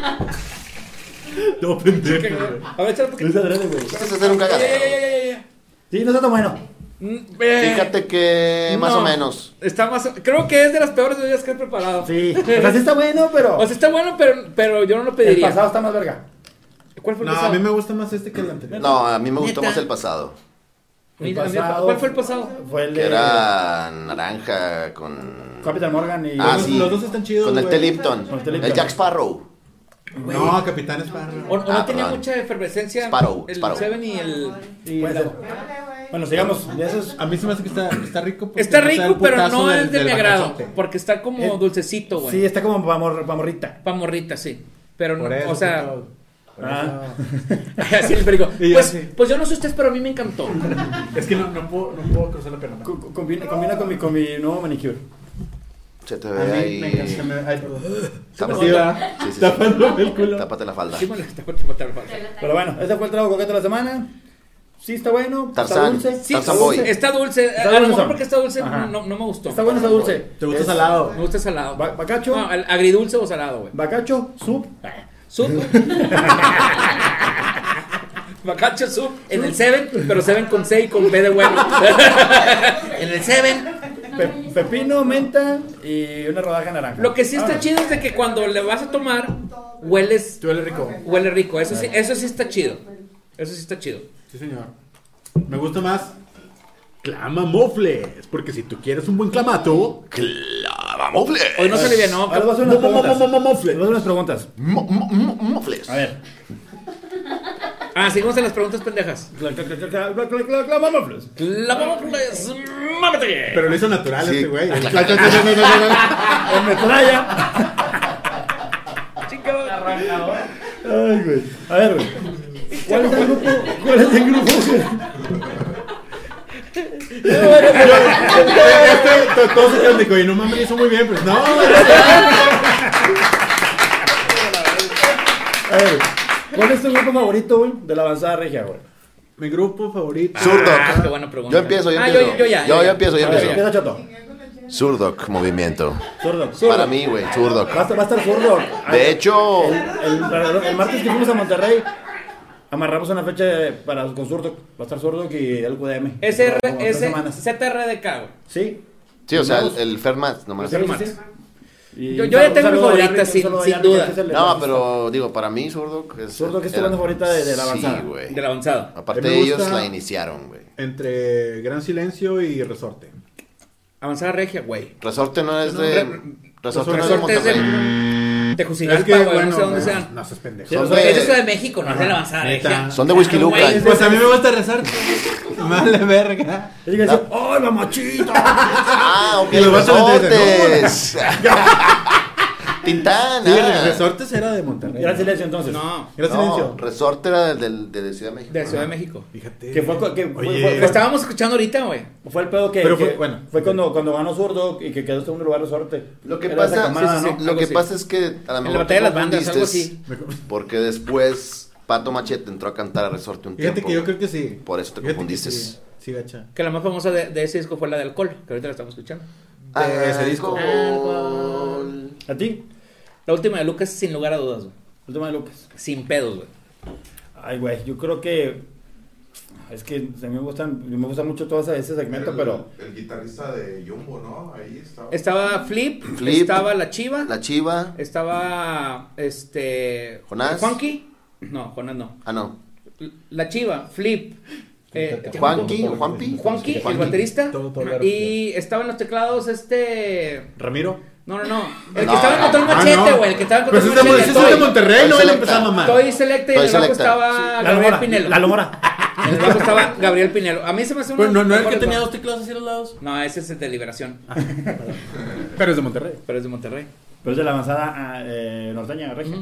No, pendejo. A ver, échale un Lo poquito. hice adrede, güey. Quieres hacer un Ya, ya, ya, cagadero. ya, ya, ya. Sí, no está tan bueno. Fíjate que más No. o menos. Está más. Creo que es de las peores bebidas que he preparado. Sí. O sea, sí está bueno, pero. O sea, está bueno, pero yo no lo el pediría. pasado está más verga. ¿Cuál fue el No, pasado? a mí me gusta más este que el anterior. No, a mí me gustó ¿Neta? más el pasado. Mira, ¿cuál fue el pasado? Fue el Que de. era naranja con Capitán Morgan y... Ah, Los- sí. los dos están chidos, Con el güey. T. Lipton. Con el T. Lipton. El Jack Sparrow. No, Capitán Sparrow. O no Ah, tenía perdón. mucha efervescencia Sparrow, el Sparrow. Seven y el... y la- Bueno, sigamos. De esos... A mí se me hace que está rico. porque Está no rico, el pero putazo no del- es de del mi agrado. bacachote. Porque está como dulcecito, güey. Sí, está como pa' morrita. Pa' morrita, sí. Pero no, Por eso, o sea... puto. Por Ah. eso. Así el perico. Y yo Pues, así. pues yo no sé ustedes, pero a mí me encantó. Es que no puedo cruzar la pierna. Combina con mi nuevo manicure. Se te A ve mí ahí. me encanta. Ay, perdón. Tápate, Sí, va. sí, sí. Tapándome el culo. Tápate la falda. Sí, bueno, está por falta. Pero bueno, ese fue el trago coqueto de la semana. Sí, está bueno. Está Tarzán. dulce. Sí, Tarzan Boy. está dulce. Está A lo dulce. mejor porque está dulce Ajá. no me gustó. Está bueno, está dulce. ¿Te gusta Es salado? Me gusta salado. Bacacho. No, el agridulce o salado, güey. Bacacho, sub. Sup. Bacacho sup en el Seven, pero Seven con C y con B de bueno. En el Seven. Pepino, menta y una rodaja de naranja. Lo que sí está Vámonos. chido es de que cuando le vas a tomar, hueles, Te huele rico. huele rico. Eso sí está chido. Eso sí está chido. Sí, señor. Me gusta más Clamamofles. Porque si tú quieres un buen clamato, ¡Clavamofles! Hoy no se alivianó. Ahora voy a hacer unas preguntas. Voy a Mofles. hacer unas preguntas. Mofles. A ver. Ah, seguimos en las preguntas pendejas. Clamamofles. La mamofles, mámate. Pero lo hizo natural Sí. este güey. En metralla. Chica. Ay, güey. A ver, güey. ¿Cuál es el grupo? ¿Cuál es el grupo? Todos se quedan de que, "Oye, no mames, lo hizo muy bien", pues no. A ver, ¿cuál es tu grupo favorito, güey? De la avanzada regia, güey. Mi grupo favorito. Zurdoc. Qué buena pregunta. Yo empiezo. Yo ya. Yo empiezo. A ver, empieza Choto. Zurdoc movimiento. Zurdo. Para mí, güey, Zurdoc. Va a estar zurdo. De hecho, El martes que fuimos a Monterrey, amarramos una fecha con zurdo. Va a estar zurdo y el QDM. Como 3 semanas. ZRDK, güey. Sí. sí, o sea, el Fermat, nomás. Sí, Fermat. sí, sí. Y Yo un ya saludo tengo mi a favorita, Yarrick, un sin saludo a sin Yarrick, duda. que es el No, bajista. pero digo, para mí, Zurdoc es. Zurdoc es tu banda favorita de la avanzada. Sí, güey. De la avanzada. Aparte, Me ellos gusta- la iniciaron, güey. Entre Gran Silencio y Resorte. Avanzada regia, güey. Resorte no es de. Resorte no es de Resorte es de Monterrey. Jucigalpa, güey. No sé dónde sean. No seas pendejo. Sí, Son eso de- Es de México, no es de la avanzada Neta. regia. Son de Whisky Luca. Güey, Pues a mí me gusta Resorte. Vale, verga. Y que decía, ¡ay, la machita! Ah, ok, Y los vatos le resortes. Tintán. Sí, ah. Resortes era de Monterrey. Gran silencio entonces. No, Gran No, Silencio. resorte era de Ciudad de México. de Ciudad de México. Fíjate. Que fue Oye. Lo estábamos escuchando ahorita, güey. Fue el pedo que. Pero que- fue- bueno. fue cuando ganó Zurdo y que quedó en segundo lugar Resorte. Lo que Era pasa, esa camada, sí, sí, ¿no? sí. lo algo que así. pasa es que a lo En la mejor batalla de las te bandas, algo confundiste, así. porque después Pato Machete entró a cantar a Resorte un Fíjate tiempo. que yo creo que sí. Por eso te Fíjate que confundiste. Sí, sí, gacha. Que la más famosa de ese disco fue la de Alcohol, que ahorita la estamos escuchando. De ese disco. Alcohol. ¿A ti? La última de Lucas, sin lugar a dudas, güey. El tema de Lucas. Sin pedos, güey. Ay, güey, yo creo que. Es que a mí me gusta mucho todo ese segmento, pero. El guitarrista de Jumbo, ¿no? Ahí estaba. Estaba Flip, Flip, estaba La Chiva, La Chiva. estaba Jonás. Juanqui. No, Jonás no. Ah, no. La Chiva, Flip. Juanqui o Juanpi. Juanqui, el baterista. Todo Y estaba en los teclados Ramiro. No. El que No. estaba en Control Ah, Machete, no. güey. El que estaba en Pues Control ese Machete. es de Monterrey, Toy no él Selecta. empezó a mamar. Toy Selecta y en Toy el bajo Selecta. estaba La Gabriel Lomora. Pinelo. La Lomora. En el bajo estaba Gabriel Pinelo. A mí se me hace Pues no era el que mejores tenía bajos. dos teclados así a los lados. No, ese es el de Liberación. Pero es de Monterrey. Pero es de Monterrey. Pero es de la avanzada norteña, regia.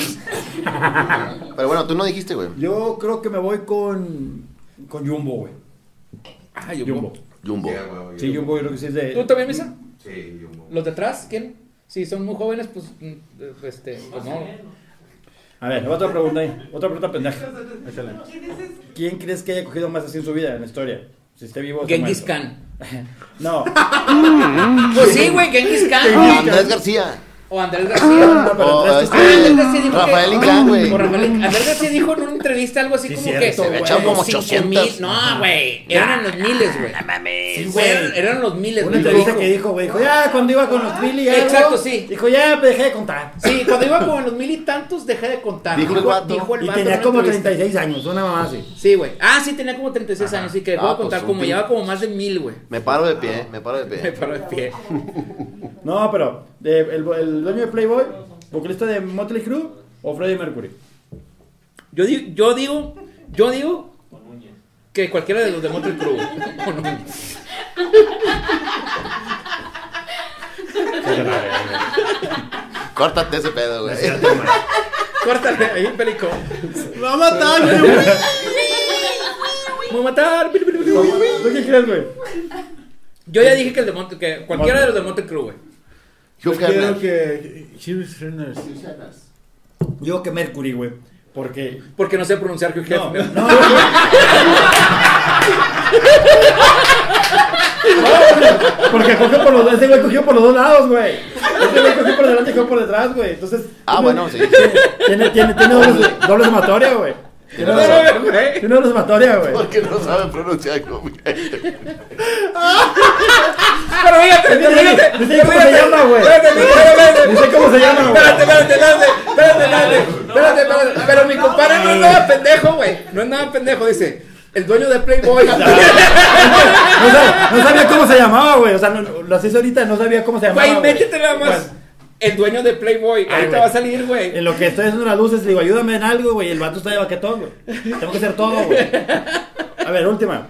Pero bueno, tú no dijiste, güey. Yo creo que me voy con Jumbo, güey. Ah, yo. Jumbo. Jumbo. Sí, güey, Sí, Jumbo, yo creo que sí es de. ¿Tú también, Misa? Sí, Jumbo. ¿Los de atrás? ¿Quién? Si son muy jóvenes, pues. Pues no. A ver, otra pregunta ahí. Otra pregunta pendeja. Échale. ¿Quién crees que haya cogido más así en su vida, en la historia? Si esté vivo o Genghis muerto. Khan. No. Pues sí, güey, Genghis Khan. Andrés García. O Andrés García. pero O entraste- Andrés García dijo Rafael que, Inclán, güey. o Andrés García dijo en una entrevista algo así Sí, como cierto, que güey. Echaron como 5,000. 800. No, güey. Eran en los miles, güey. Sí, Güey, eran los miles, Una güey. lo entrevista dijo. que dijo, güey, dijo, ya, cuando iba con los mil y algo, Exacto, sí. dijo, ya, dejé de contar. Sí, cuando iba como en los 1000 y tantos, dejé de contar. Dijo el vato. dijo el Y vato tenía en una como entrevista. 36 años, una mamá así. Sí, güey. Ah, sí, tenía como 36 años, sí, que dejó de Ah, pues, contar, un como pin- lleva como más de 1000, güey. Me paro de pie, me paro de Me pie. paró de pie. No, pero, el dueño de Playboy, vocalista de Motley Crue o Freddie Mercury. Yo digo que cualquiera de los de Motley Crue. O Núñez. Córtate ese pedo, güey. Córtale ahí, perico. ¡Va a matar, güey! Me voy a matar. ¿Tú qué crees, güey? Yo ya dije que el de que cualquiera de los de Motley Crue, güey. Hugh Quiero Hefner. que... Hugh Hefner. Yo digo que Mercury, güey, porque... Porque no sé pronunciar Hugh No, Hefner. no, porque cogió por los, ese güey cogió por los dos lados, güey. Ese güey cogió por delante y cogió por detrás, güey. Entonces. Ah, bueno, sí. Tiene doble sumatoria, güey. Tiene No, güey. doble sumatoria, güey. Porque no saben pronunciar Hugh Hefner. Pero fíjate, Dice cómo se llama, güey. Dice cómo se llama, güey. Espérate. Pero mi compadre no es nada pendejo, güey. No es nada pendejo, dice. El dueño de Playboy. No sabía cómo se llamaba, güey. O sea, lo hacía ahorita, no sabía cómo se llamaba. Güey, métete nada más. Bueno, El dueño de Playboy. Ay, Ahorita güey. va a salir, güey. en lo que estoy haciendo las luces, le digo, ayúdame en algo, güey. El vato está de baquetón, güey. Tengo que hacer todo, güey. A ver, última.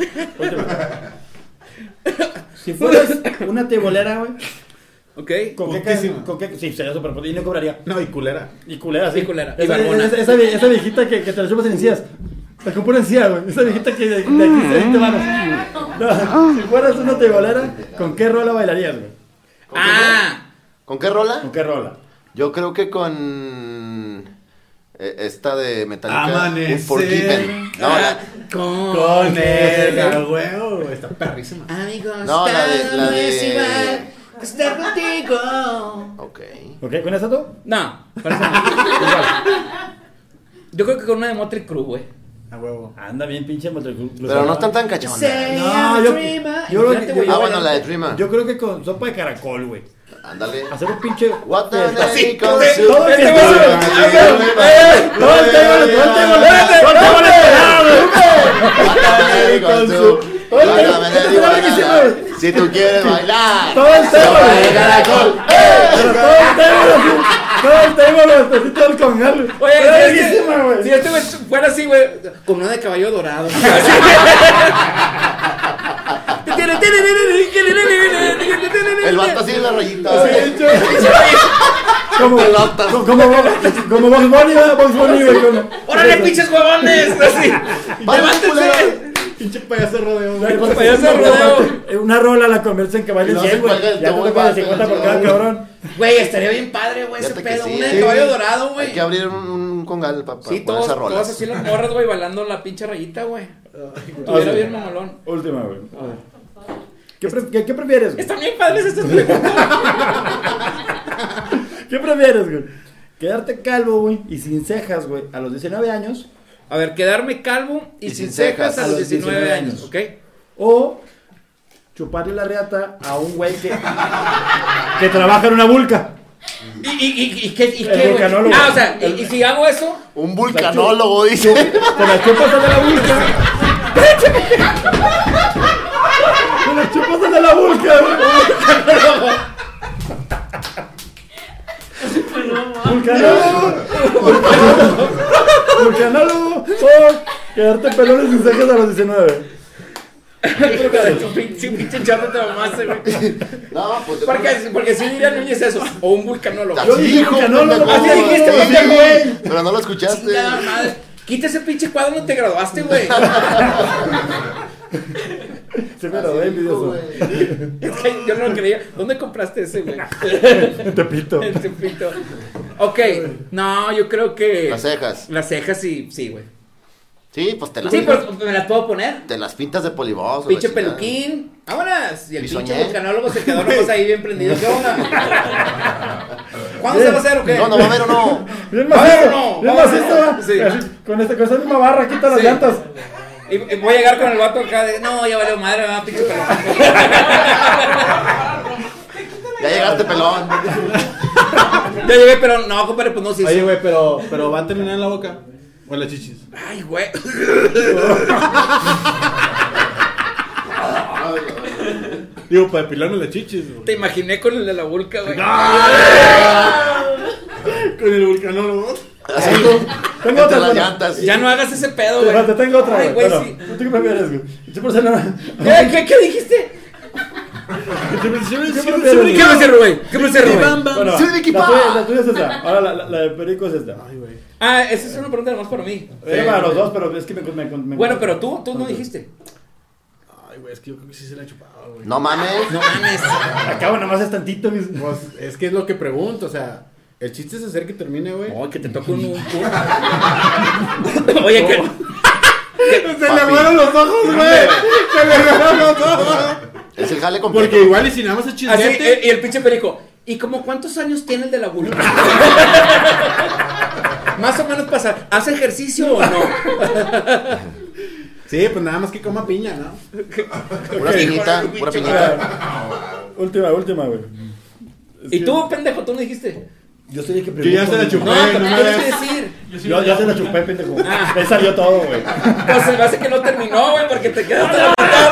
Si fueras una tebolera, güey, Ok. ¿con Putísima. qué? Sí, sería súper potente y no cobraría. No, y culera. Y culera, sí. Y culera. Y Esa, barbona. esa viejita que te la chupas en encías. La compró en encías, güey. Esa viejita que de aquí se 20 manos. No, si fueras una tebolera, ¿con qué rola bailarías, güey? ¿Con qué rola? ¿Con qué rola? Yo creo que con esta de Metallica, Amanecer. Unforgiven. No, Con él, a huevo. Está perrísima. Amigos, No, la de- estar contigo. ok. ¿Ok? ¿Con esa tú? No, parece no. Igual. Yo creo que con una de Motley Crue, güey. A huevo. Anda bien, pinche Motley Crue. Pero no están tan cachonas. No, yo creo que- Ah, bueno, la de Dreamer. Yo creo que con sopa de caracol, güey. Ándale. Hacer un pinche. What the Así, heck con todo su- todo el Este tiempo, güey, güey. Todo el tema, Con su- Si tú quieres bailar. todo el tema, sopa de güey. caracol. Pero todo el tema, así todo el congal. Oye, Era si verguísima, güey. si este güey fuera así, güey, con una de caballo dorado. El vato así en la rayita. Como Pelotas. como Bugs Bunny, ¿verdad? Bugs Bunny, güey. ¡Órale, pinches huevones! Así. Vale, ¡Levántense! Pinche payaso rodeo. Pues, payaso no, rodeo. aparte, una rola la convierte en que baile Y no se 100, güey. cuelga el Ya te tubo, toca de vato, 50 por sí. cada cabrón. Güey, estaría bien padre, güey, ese Fíjate que pedo. sí, Una de caballo dorado, güey. Hay que abrir un congal para Sí, poner todos, esa rola. todos así las morras, güey, bailando la pinche rayita, güey. Estuviera bien mamalón. Última, güey. ¿Qué prefieres, güey? Están bien padres estas preguntas. ¿Qué prefieres, güey? Quedarte calvo, güey, y sin cejas, güey, a los 19 años. A ver, quedarme calvo y sin cejas a los 19 años, ¿ok? O chuparle la reata a un güey que trabaja en una vulca. ¿Y qué, El güey? vulcanólogo. Ah, o sea, y si hago eso, Un vulcanólogo, dice. Te la chupas de la vulca. Te la chupas de la vulca, güey. Vulcanólogo. Vulcanólogo. O quedarte pelones sin cejas a los 19. pinche charro te mamaste, güey. No, pues. Porque si diría Núñez eso, o un vulcanólogo. Yo dije Hijo, vulcanólogo. pendejo. Así dijiste, Sí, pendejo, güey. Pero no lo escuchaste. Chingada madre. Quita ese pinche cuadro, no te graduaste, güey. Se me lo ve envidioso. Es que yo no lo creía. ¿Dónde compraste ese, güey? Tepito. El Tepito. Ok, no, yo creo que. Las cejas. Las cejas sí, güey. Sí, pues te las, Sí, pero me las puedo poner. te las pintas de polivoz. Pinche peluquín. Vámonos. Y el Bisoñé. pinche vulcanólogo se quedó nomás ahí bien prendido. ¿Qué onda? ¿Cuándo se va a hacer o qué? No, no va a haber o no. Bien A ver, macizo, no, bien no, macizo, ¿va? sí. Así, con esa misma barra, quita las Sí. llantas. Y voy a llegar con el vato acá de, no, ya valió madre, va, pinche pelón. Ya llegaste, pelón. Ya llegué, pero no, compadre, pues no, sí. Oye, güey, pero ¿va a terminar en la boca? ¿O en las chichis? Ay, güey. Digo, para depilarme las chichis, güey. Te imaginé con el de la vulca, güey. Con el vulcanólogo. Así, Tengo entre otra, las bueno. llantas. Ya no hagas ese pedo, güey. Te tengo otra, Ay, güey. güey, Bueno, sí. ¿tú qué prefieres, güey? Yo por ser una- ¿Qué dijiste? ¿Qué me prefieres? cerró, güey? ¿Qué me cerró, güey? Bueno, Sí, Vicky, la pa. tuya es esta. Ahora la de Perico es esta. Ay, güey. Ah, esa es una pregunta además para mí. Para los dos, pero es que me Bueno, pero tú no dijiste. Ay, güey, es que yo creo que sí se la he chupado, güey. No mames. No mames. Acabo nada más es tantito, mis. Pues, es que es lo que pregunto, o sea, el chiste es hacer que termine, güey. Oye, que te toque un Oye, que... Se le fueron los ojos, güey. Se le fueron los ojos. Es el jale completo. Porque igual y si nada más a Así, chisguete. y el pinche perico. ¿Y como cuántos años tiene el de la vulca? Más o menos pasa. ¿Hace ejercicio o no? Sí, pues nada más que coma piña, ¿no? Pura piñita, pura piñita. Última, güey. Es ¿Y que tú, pendejo, tú no dijiste? Yo soy el que Yo ya se la pregunto, chupé. No, Güey, pero no ¿qué me tienes que des- decir? Yo ya se la chupé, pendejo. Ah. Me salió todo, güey. Pues se me hace que no terminó, güey, porque te quedaste a la mitad.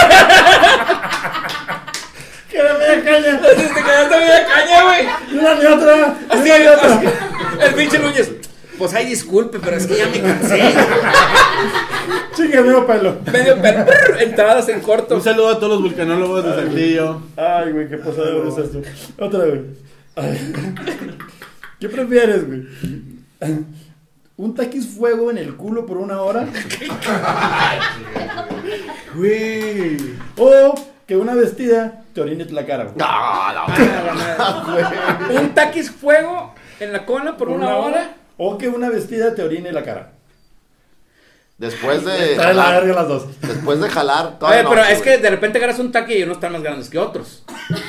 ¡Que me media caña! Te quedaste a media caña, güey. ¡Ni una ni otra! Así, ¡Ni una ni otra! el pinche Núñez. Pues ay, disculpe, pero es que ya me cansé. Chingue, medio pelo. Medio entradas en corto. Un saludo a todos los vulcanólogos de Saltillo. Ay, güey, qué pasada es esto. Otra, güey. Ay. ¿Qué prefieres, güey? ¿Un taquis fuego en el culo por 1 hora? Güey. ¿O que una vestida te orine la cara, güey? No, no. Un taquis fuego en la cola por 1 hora. ¿O que una vestida te orine la cara? Después de Trae la jalar, verga las dos. después de jalar Oye, toda la pero noche, es güey. que de repente agarras un taqui y unos están más grandes que otros.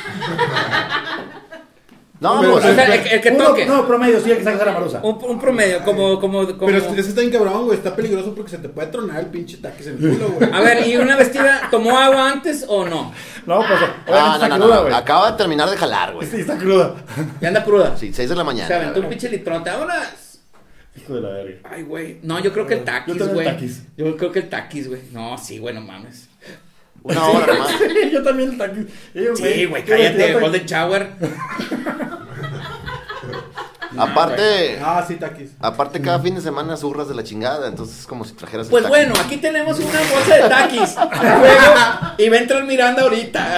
No, Pero, pues O sea, el que Uno- toque. No, promedio, sí, hay que sacar a la marusa. Un promedio, como... Pero eso está bien cabrón, güey. Está peligroso porque se te puede tronar el pinche taquis en el culo, güey. A ver, ¿y una vestida tomó agua antes o no? No, pues, no, obviamente no, está no, cruda, no. güey. Acaba de terminar de jalar, güey. Sí, está cruda. Ya anda cruda. Sí, 6 de la Se mañana. aventó un pinche litrón. Vámonos. Hijo de la verga. Ay, güey. No, yo creo que el taquis, Yo también güey. el taquis. Yo creo que el taquis, güey. No, sí, güey, no mames. 1 hora nomás. Yo también el taquis. Sí, güey, qué cállate, vestida tan- Golden Shower. Aparte, Ah, sí, taquis. aparte cada fin de semana zurras de la chingada, entonces es como si trajeras el Pues taxi. bueno, aquí tenemos una bolsa de taquis. Luego, y va a entrar Miranda ahorita.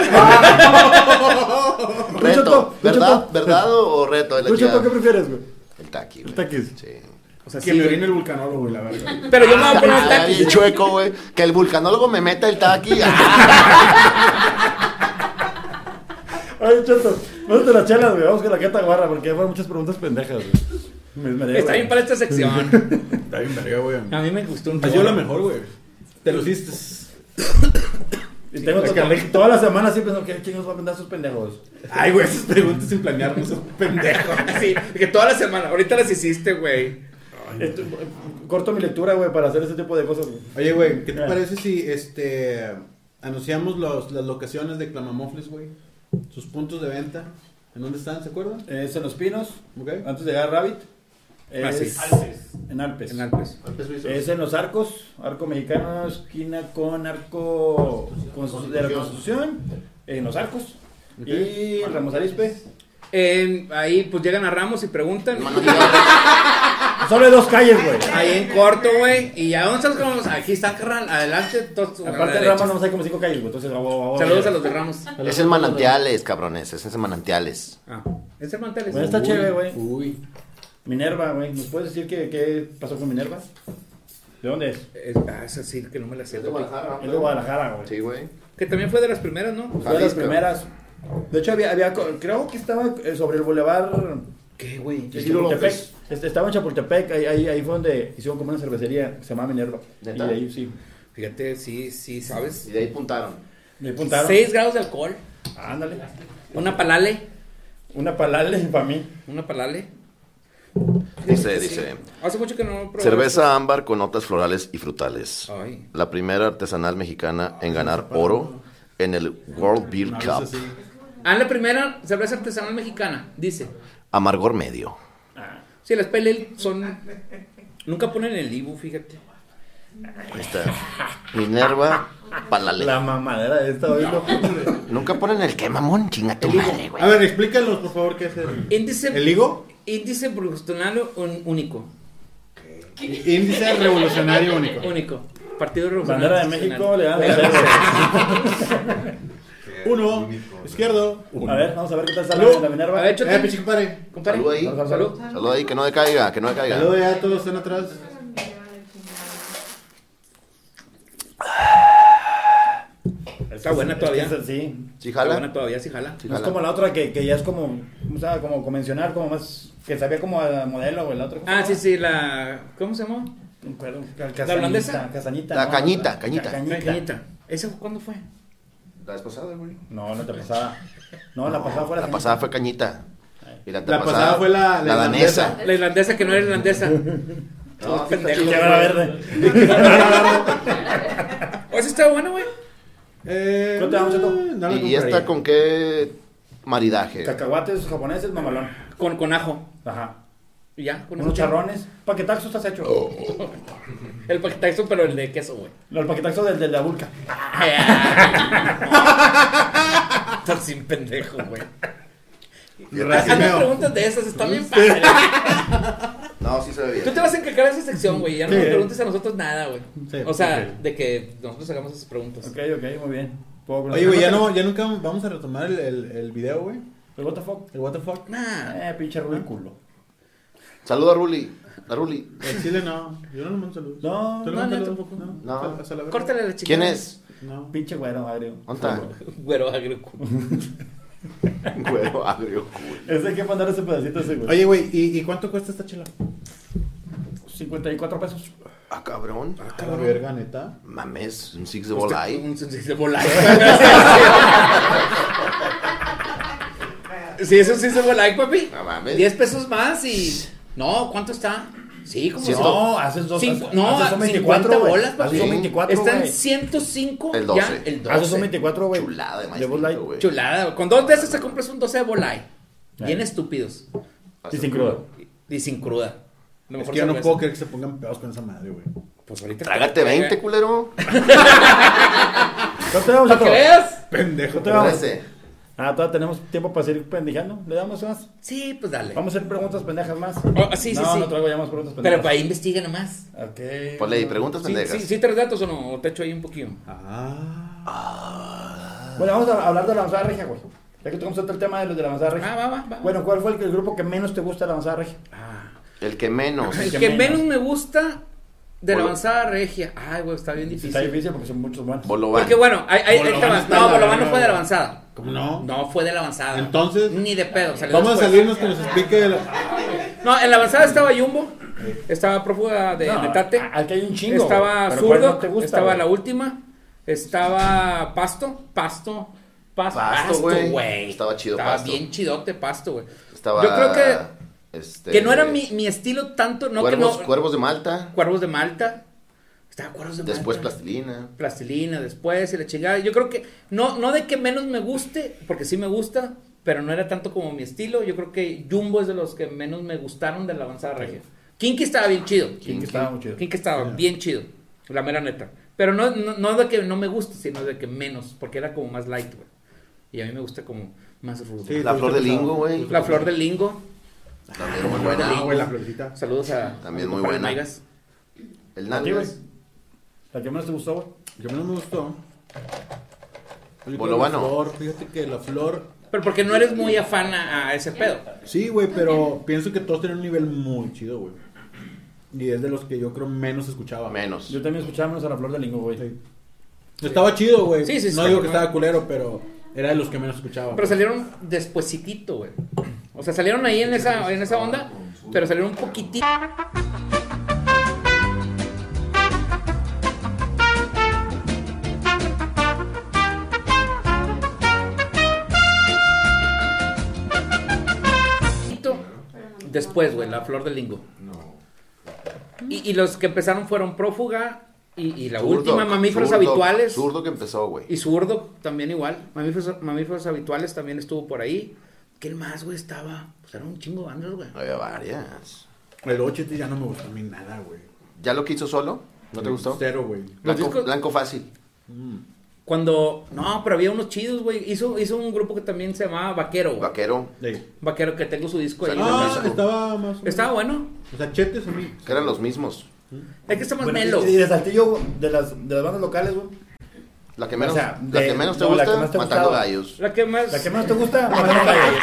Reto, Luchoto, ¿verdad? Luchoto. ¿Verdad o reto de la Lucho, ¿tú qué chingada? prefieres, güey? El taqui, güey. El taquis. Sí. O sea, Que sí, me güey. orine el vulcanólogo, güey, la verga. Pero yo me voy a poner el Ah, taquis. bien chueco, güey. Que el vulcanólogo me meta el taqui. Ay, Cheto, vamos de las chelas, güey. Vamos con la queta guarra, porque fueron muchas preguntas pendejas, güey. Me esmeré, Está güey. bien para esta sección. Está bien verga, güey. A mí me gustó un Ha sido la mejor, güey. Te lo hiciste. Y tengo toda la semana siempre pensando que chingos va a mandar sus pendejos. Ay, güey, esas preguntas sin planear, no son pendejos. Sí, que toda la semana. Ahorita las hiciste, güey. Corto mi lectura, güey, para hacer ese tipo de cosas, güey. Oye, güey, ¿qué te parece si anunciamos las locaciones de Clamamofles, güey? Sus puntos de venta. ¿En dónde están? ¿Se acuerdan? Es en Los Pinos, Ok. antes de llegar a Rabbit. Es en Alpes. En Alpes. Es en Los Arcos, Arco Mexicano, esquina con Arco de la Constitución, en Los Arcos. Ok. Y Ramos Arizpe. Ahí pues llegan a Ramos y preguntan. Solo hay 2 calles, güey. Ahí en corto, güey. Y ya vamos a los. Aquí está, carnal. Adelante. Todos, a la Aparte de derecha. Ramos, no hay como 5 calles, güey. Entonces, Saludos a los de Ramos. Es en Manantiales, cabrones. Es en Manantiales. Ah, es el mantel. Bueno, está chévere, güey. Uy. Minerva, güey. ¿Nos puedes decir qué pasó con Minerva? ¿De dónde es? Es así que no me la sé. Es de Guadalajara, güey. Sí, güey. Que también fue de las primeras, ¿no? Fue de las Jalisco. primeras. De hecho, creo que estaba sobre el bulevar ¿Qué, güey? de Chapultepec. Estaba en Chapultepec, ahí fue donde hicieron como una cervecería que se llamaba Minerva. ¿Neta? Y de ahí sí. Fíjate, sí, ¿sabes? Y de ahí puntaron. Me apuntaron. 6 grados de alcohol. Ándale. Una palale. Una palale para mí. Una palale. Dice. Hace mucho que no probé Cerveza ámbar con notas florales y frutales. esto. Ay. La primera artesanal mexicana en ganar oro en el World Beer No, Cup. es así. La primera cerveza artesanal mexicana, dice. Amargor medio. Sí, las pale ale son... Nunca ponen el Ibu, fíjate. Ahí está. Minerva Palale. La mamadera de esta, oílo. Nunca ponen el que mamón, chinga tu madre, güey. A ver, explícanos, por favor, qué es Índice... ¿El higo? Índice proporcional único. Índice revolucionario único. Único. Partido Revolucionario. Bandera de México, le dan Le dan la 1, izquierdo. A ver, vamos a ver qué tal está Salud. la Minerva. A ver, Chote. Pichi, compadre. Compadre. Salud ahí. Salud. Salud ahí, que no decaiga, que no decaiga. Saludos ya, todos están atrás. Está buena todavía. Sí. ¿Sí Está jala? buena todavía, sí jala. Sí No es jala. como la otra que ya es como, o sea, como convencional, como más, que sabía como a modelo, güey, la otra. Ah, sí, sí, la... ¿Cómo se llama? Perdón, ¿La holandesa? Casañita. La no, cañita. La cañita. ¿Esa cuándo fue? La vez pasada, güey. No, la pasada. No, la pasada fue la La cañita. pasada fue cañita. Y la La pasada fue la danesa. La irlandesa que no era irlandesa. No, pendejo. Que era verde. ¿O esa estaba buena, güey? ¿Qué te vamos, Cheto? No la ¿Y esta compraría. con qué maridaje? Cacahuates japoneses, mamalón. Con ajo. Ajá. Y ya, con Unos eso. charrones. Paquetaxo estás hecho. El paquetazo, pero el de queso, güey. No, el paquetaxo del de la vulca. Estás sin pendejo, güey. Hazme Racimeo. preguntas de esas, están bien padres. No, sí se ve Tú bien. te vas a encargar de esa sección, güey. Ya no Sí. nos preguntes a nosotros nada, güey. Sí, O sea, ok. de que nosotros hagamos esas preguntas. Ok, muy bien. Oye, güey, ya nunca vamos a retomar el video, güey. ¿El what the fuck? El what the fuck. Nah. Pinche Ruli culo. Saludo a Ruli. A Ruli. El chile no. Yo no le mando saludos. No, ¿Tú le no, mandas yo saludos? tampoco. No. Hasta la verga. Córtale a la chica. ¿Quién es? No. Pinche güero, agrio. ¿Dónde está? Güero agrio. Güero agrio, cool. Ese hay que mandar ese pedacito ese, güey. Oye, güey, ¿y cuánto cuesta esta chela? 54 pesos. Ah, cabrón. A la verga, neta. Mames, un Six de Bolay. Un six de Bolay. Sí, eso sí se Bolay, papi. No mames. 10 pesos más y... No, ¿cuánto está? Sí, como... Ciento- No, haces dos. No, haces son 50 güey. bolas, papi. Haces son 24, Está en güey. 105 El 12. ya, el 12. Haces son 24, güey. Chulada de De Bud Light. maíz, güey. Chulada. Con 2 de esas te compras un 12 de Bolay. Bien Ay. estúpidos. Y sin cruda. Y sin cruda. Lo Es mejor que yo no cerveza. puedo creer que se pongan pegados con esa madre, güey. Pues ahorita... Trágate 20, culero. ¿Cuánto te damos, ¿No Chato? creas? Pendejo. te vamos. 13. Todavía tenemos tiempo para seguir pendejando. ¿Le damos más? Sí, pues dale. Vamos a hacer preguntas pendejas más. Sí, no, sí. no traigo ya más preguntas Pero pendejas. para ahí investiga nomás. Ok. Ponle ahí preguntas Sí, pendejas. sí te datos o no, o te echo ahí un poquillo. Ah. Bueno, vamos a hablar de la avanzada regia, güey. Ya que tocamos el tema de los de la avanzada regia. Va. Bueno, ¿cuál fue el grupo que menos te gusta de la avanzada regia? El que menos. El que que menos. menos me gusta de la Bolo- avanzada regia. Ay, güey, está bien difícil. Está difícil porque son muchos buenos. Bolobán. Porque bueno, ahí te Bolobán va. está No, en la Bolobán no verga, fue de la güey. avanzada. ¿Cómo no? No fue de la avanzada. Entonces, Ni de pedo. Salió vamos a después. salirnos que nos explique No, en la avanzada estaba Jumbo. Estaba prófuga de No, Tate. Aquí hay un chingo. Estaba pero ¿cuál Zurdo. no te gusta, Estaba güey? la última. Estaba Pasto, güey. Estaba chido Estaba Pasto. bien chidote Pasto, güey. Estaba. Yo creo Este, que no era mi estilo tanto. No, Cuervos, que no. Cuervos de Malta. Cuervos de Malta. Estaba Cuervos de Malta. Después Plastilina. Plastilina después y la chingada. Yo creo que no de que menos me guste, porque sí me gusta, pero no era tanto como mi estilo. Yo creo que Jumbo es de los que menos me gustaron de la avanzada regia. Kinky estaba bien chido. Kinky estaba muy chido. Kinky estaba bien chido, la mera neta. Pero no de que no me guste, sino de que menos, porque era como más light, güey. Y a mí me gusta como más rudo. Sí. La flor de lingo, güey. La flor del lingo. También muy Flor de buena. lingo. güey, la florecita. Saludos a También a muy compadre buena. Maigas. El ¿A ti, güey? Nalgas. ¿La que menos te gustó, güey? Yo no me gustó. Oye, Bolobano. pero la flor, fíjate que la flor. Pero porque no eres muy afán a ese pedo. Sí, güey, pero pienso que todos tienen un nivel muy chido, güey. Y es de los que yo creo menos escuchaba. Menos. Yo también escuchaba menos a la flor de lingo, güey. Sí. Estaba chido, güey. Sí, sí, no está digo que bueno. estaba culero, pero era de los que menos escuchaba. Pero salieron despuesitito, güey. O sea, salieron ahí en esa onda. pero salieron un poquitito. Después, güey, la Flor del Lingo. No. Y los que empezaron fueron Prófuga y la Zurdo, última, Mamíferos Zurdo, Habituales. Zurdo que empezó, güey. Y Zurdo también igual. Mamíferos Habituales también estuvo por ahí. ¿Quién más, güey, estaba? Pues eran un chingo de bandas, güey. Había varias. El 8 ya no me gustó a mí nada, güey. ¿Ya lo que hizo solo? ¿No te gustó? Cero, güey. Los discos- Blanco fácil. Cuando... No, pero había unos chidos, güey. Hizo un grupo que también se llamaba Vaquero, güey. Vaquero. Vaquero, que tengo su disco ahí. Ah, ¿no? estaba más o menos. Estaba bueno. O sea, chetes a mí. Que eran los mismos. Es que está más Bueno, melo. y de Saltillo, de las bandas locales, güey. La que menos, O sea, la que menos te no, la gusta, que más te Matando gustaba. Gallos. La que más... ¿La que más te gusta? Matando Gallos.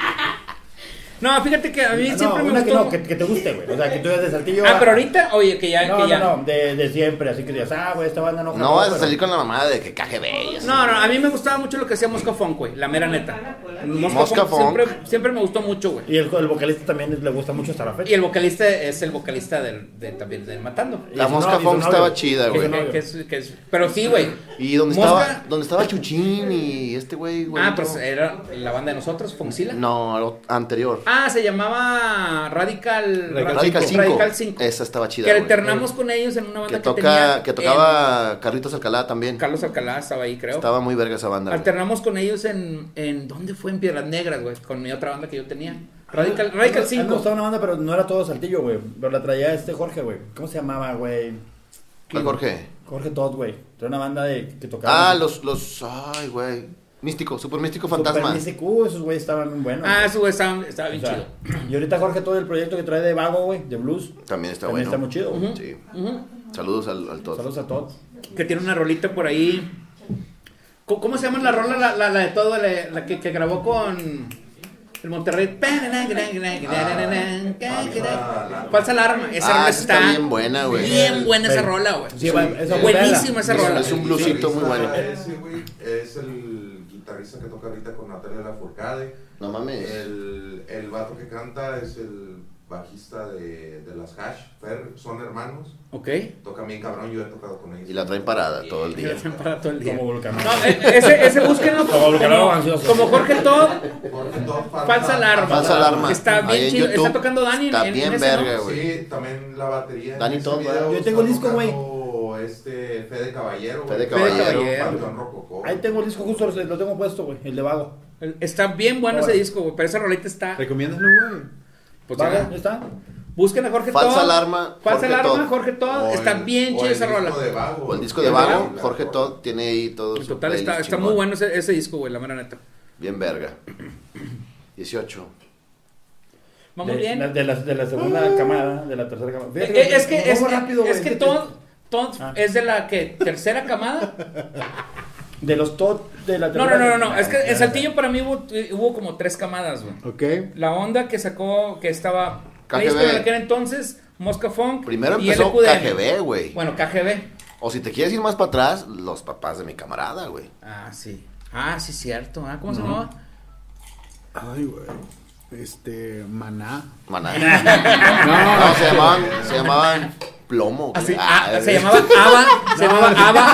No, fíjate que a mí siempre me una gustó... que te guste, güey. O sea, que tú eres de Saltillo. Ah, pero ahorita, oye, que ya... que ya... No, de siempre. Así que digas, güey, esta banda no. No vas a pero- salir con la mamada de que KGB y así. No, a mí me gustaba mucho lo que hacía Mosca Funk, güey, la mera neta. Mosca Funk. Siempre me gustó mucho, güey. Y el vocalista también le gusta mucho hasta la fecha. Y el vocalista es el vocalista también del Matando. La Y su Mosca novio, Funk su novio. estaba chida, Y su güey. novio. Pero sí, güey. Y donde Mosca- estaba Chuchín y este güey. Ah, pues era la banda de nosotros, Foncila. No, lo anterior. Ah, se llamaba Radical 5. Radical 5. Esa estaba chida, Que güey. alternamos con ellos en una banda Que tenía tocaba Carlitos Alcalá también. Carlos Alcalá estaba ahí, creo. Estaba muy verga esa banda, güey. Alternamos con ellos en ¿dónde fue? En Piedras Negras, güey, con mi otra banda que yo tenía. Radical A mí me 5. gustaba una banda, pero no era todo Saltillo, güey. Pero la traía Jorge, güey. ¿Cómo se llamaba, güey? ¿Cuál, Jorge? Jorge Todd, güey. Era una banda que tocaba. Ah, ay, güey. Místico, Super Místico Fantasma. Super Mystic, esos güeyes estaban bien buenos. Ah, güey. eso güey estaba O bien sea, chido. y ahorita Jorge todo el proyecto que trae de Vago, güey, de blues. También está También bueno. está muy chido. güey. Sí. Ujú. Saludos al Todd. Saludos a Todd. Que tiene una rolita por ahí. ¿Cómo se llama la rola? La de todo, la que grabó con el Monterrey. Falsa alarma. Esa rola está bien buena, güey. Bien buena esa Sí. rola, güey. Sí, esa Buenísima esa Es- rola. es un bluesito muy bueno. Ese, güey, es el guitarrista que toca ahorita con Natalia Lafourcade. No mames. El vato que canta es el bajista de las Hash. Fer, son hermanos. Ok. Toca bien cabrón, yo he tocado con ellos. Y la traen parada todo el día. Para todo el día. Como Vulcano. No, ese búsquenlo Como Vulcano ansioso. como Jorge Todd. Jorge Todd, Falsa alarma. Falsa alarma. Está Ahí bien en chido. YouTube Está tocando Dani está en bien ese, verga, ¿no? güey. Sí, también la batería. Dani En ese Todd, video yo tengo el está disco, güey. tocando Fede Caballero. Fede güey. Caballero. Panteón Rococó. Ahí tengo el disco justo, lo tengo puesto, güey, el de Vago. Está bien bueno ese Ahora. disco, güey. Pero esa rolita está. Recomiéndalo, güey. Pues Vago, ya. ahí está. Busquen a Jorge Falsa Todd. alarma, Falsa Jorge alarma, Todd. Jorge Todd. O Está el- bien o chida el esa rola. disco de Vago. O el disco de ¿El Vago, Vago? Jorge Todd tiene ahí todo En su total playlist está chingón. muy bueno ese disco, güey, la mera neta. Bien verga. 18. Va muy bien. De la segunda camada, de la tercera camada. Fíjate, Es que, vamos rápido, güey. Todd Ah. es de la que tercera camada. De los Todd de la No, tercera. es que en Saltillo para mí hubo como 3 camadas, güey. Ok. La onda que sacó, que estaba KGB. en aquel entonces, Mosca Funk. Primero y empezó LQDM. KGB, güey. Bueno, KGB. O si te quieres ir más para atrás, los papás de mi camarada, güey. Ah, sí. Ah, sí, cierto. Ah, ¿cómo se llamaba? Ay, güey. Maná. Maná. No, se llamaban Plomo. Ah, sí. Ah, Se llamaba Ava. Se llamaba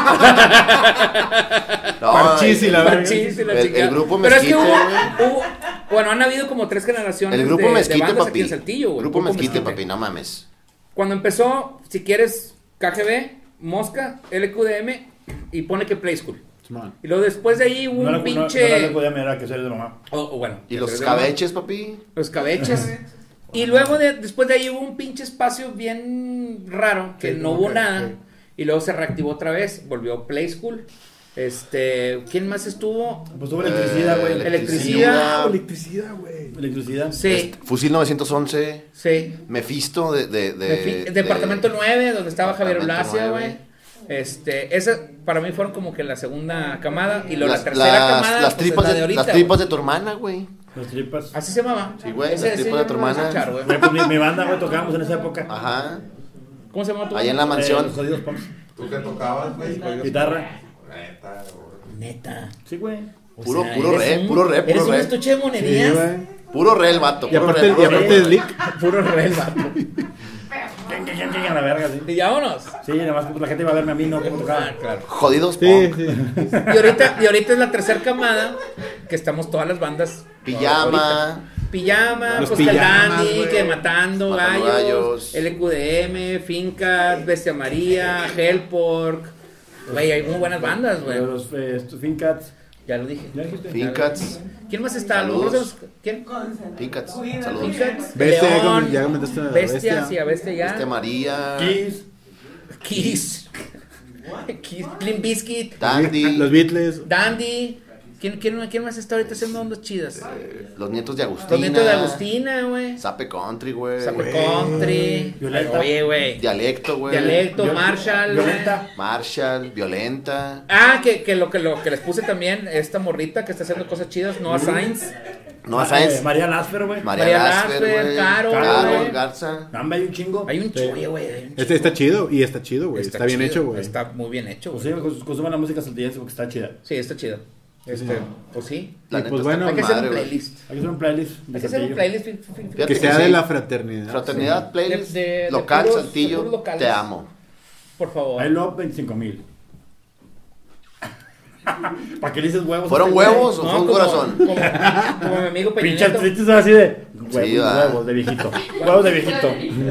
Ava. no, Parchís y la verga. Parchís y la El chingada. grupo Pero es que Mezquite, bueno, han habido como 3 generaciones El grupo de Mezquite, bandas aquí papi. en Saltillo, güey. Grupo Mezquite, papi, no mames. Cuando empezó, si quieres, KGB, Mosca, LQDM y pone que Play School. Simón. Y luego después de ahí hubo No un le pinche... podía mirar que soy de mamá. bueno. Y que los se llama- cabeches, papi. Los cabeches. Y luego después de ahí hubo un pinche espacio bien raro, que Sí, no ok, hubo nada. sí. Y luego se reactivó otra vez, volvió Play School. ¿Quién más estuvo? Pues tuvo electricidad, güey. Electricidad. Electricidad, güey. Electricidad. Sí, Fusil 911. sí. Mefisto Departamento 9, donde estaba Javier Departamento Blasio, 9. güey. Esa para mí fueron como que la segunda camada. Y luego la Las, tercera camada, las pues, tripas es la de, ahorita, las tripas de tu hermana, güey. Los tripas. Así se llamaba. Sí, güey, Ese las tripas yo de tu no lo voy a hermana. escuchar, güey. Güey, pues mi banda, güey, tocábamos en esa época. Ajá. ¿Cómo se llama tu Ahí en la banda? mansión. Los jodidos punks. ¿Tú qué tocabas, güey? Guitarra. Neta, güey. Neta. Sí, güey. O Puro- sea, puro eres rap, puro rap, ¿Eres puro un rap. estuche de monerías? Sí, güey. Puro re el vato. Y puro aparte, re, y aparte el leak. Puro re el vato. A la verga, sí. Y vámonos. Sí, nada más pues, la gente iba a verme a mí, no como tocaba. Claro. Jodidos Sí, punk. sí. Y ahorita es la tercera camada que estamos todas las bandas. Pijama. Pijama, Los pues que el pijamas, Dandy, güey. que Matando Matando Gallos, Gallos. LQDM, Fincas, Bestia María, Hellpork. Güey, hay muy buenas bandas, güey. Los Fincats. Ya lo dije. ¿Ya dijiste? Fincats. ¿Quién más está? Saludos. ¿Quién? Fincats. Saludos. Fincas, Bestia, León, ya comentaste una Bestia, sí, a Bestia ya. María. Kiss. Kiss, Limp Bizkit, Dandy. Los Beatles. Dandy. ¿Quién más está ahorita haciendo ondas chidas? Los nietos de Agustina. Los nietos de Agustina, güey. Sape Country, güey. Sape Country. Violeta. Oye, güey. Dialecto, güey. Dialecto, Marshall. Violenta. Marshall. Violenta. Ah, que lo que les puse también, esta morrita que está haciendo cosas chidas, Noah Sainz. Noah Sainz. María Lasfer, güey. María Lasfer, güey. Caro, güey. Garza. Hay un chingo. Hay un chingo, güey. hay un Este está chido, y está chido, güey. Está bien chido, hecho, güey. Está muy bien hecho, Pues güey. sí, consuman la música saltillense porque está chida. Sí, está chido. Pues sí. La Y neta pues está bueno, Hay que con hacer madre, un güey. playlist. Hay que hacer un playlist. Hay que hacer un playlist. Fíjate Que sea sí. de la fraternidad. Fraternidad Playlist. De local, puros- Saltillo. puros locales. Te amo. Por favor. I love 25,000. ¿Para qué le dices huevos? ¿Fueron Este güey? huevos o fue un corazón? Como mi amigo Pinche Peñanito. artritis así de huevos, Sí, va. huevos de viejito. Huevos de viejito.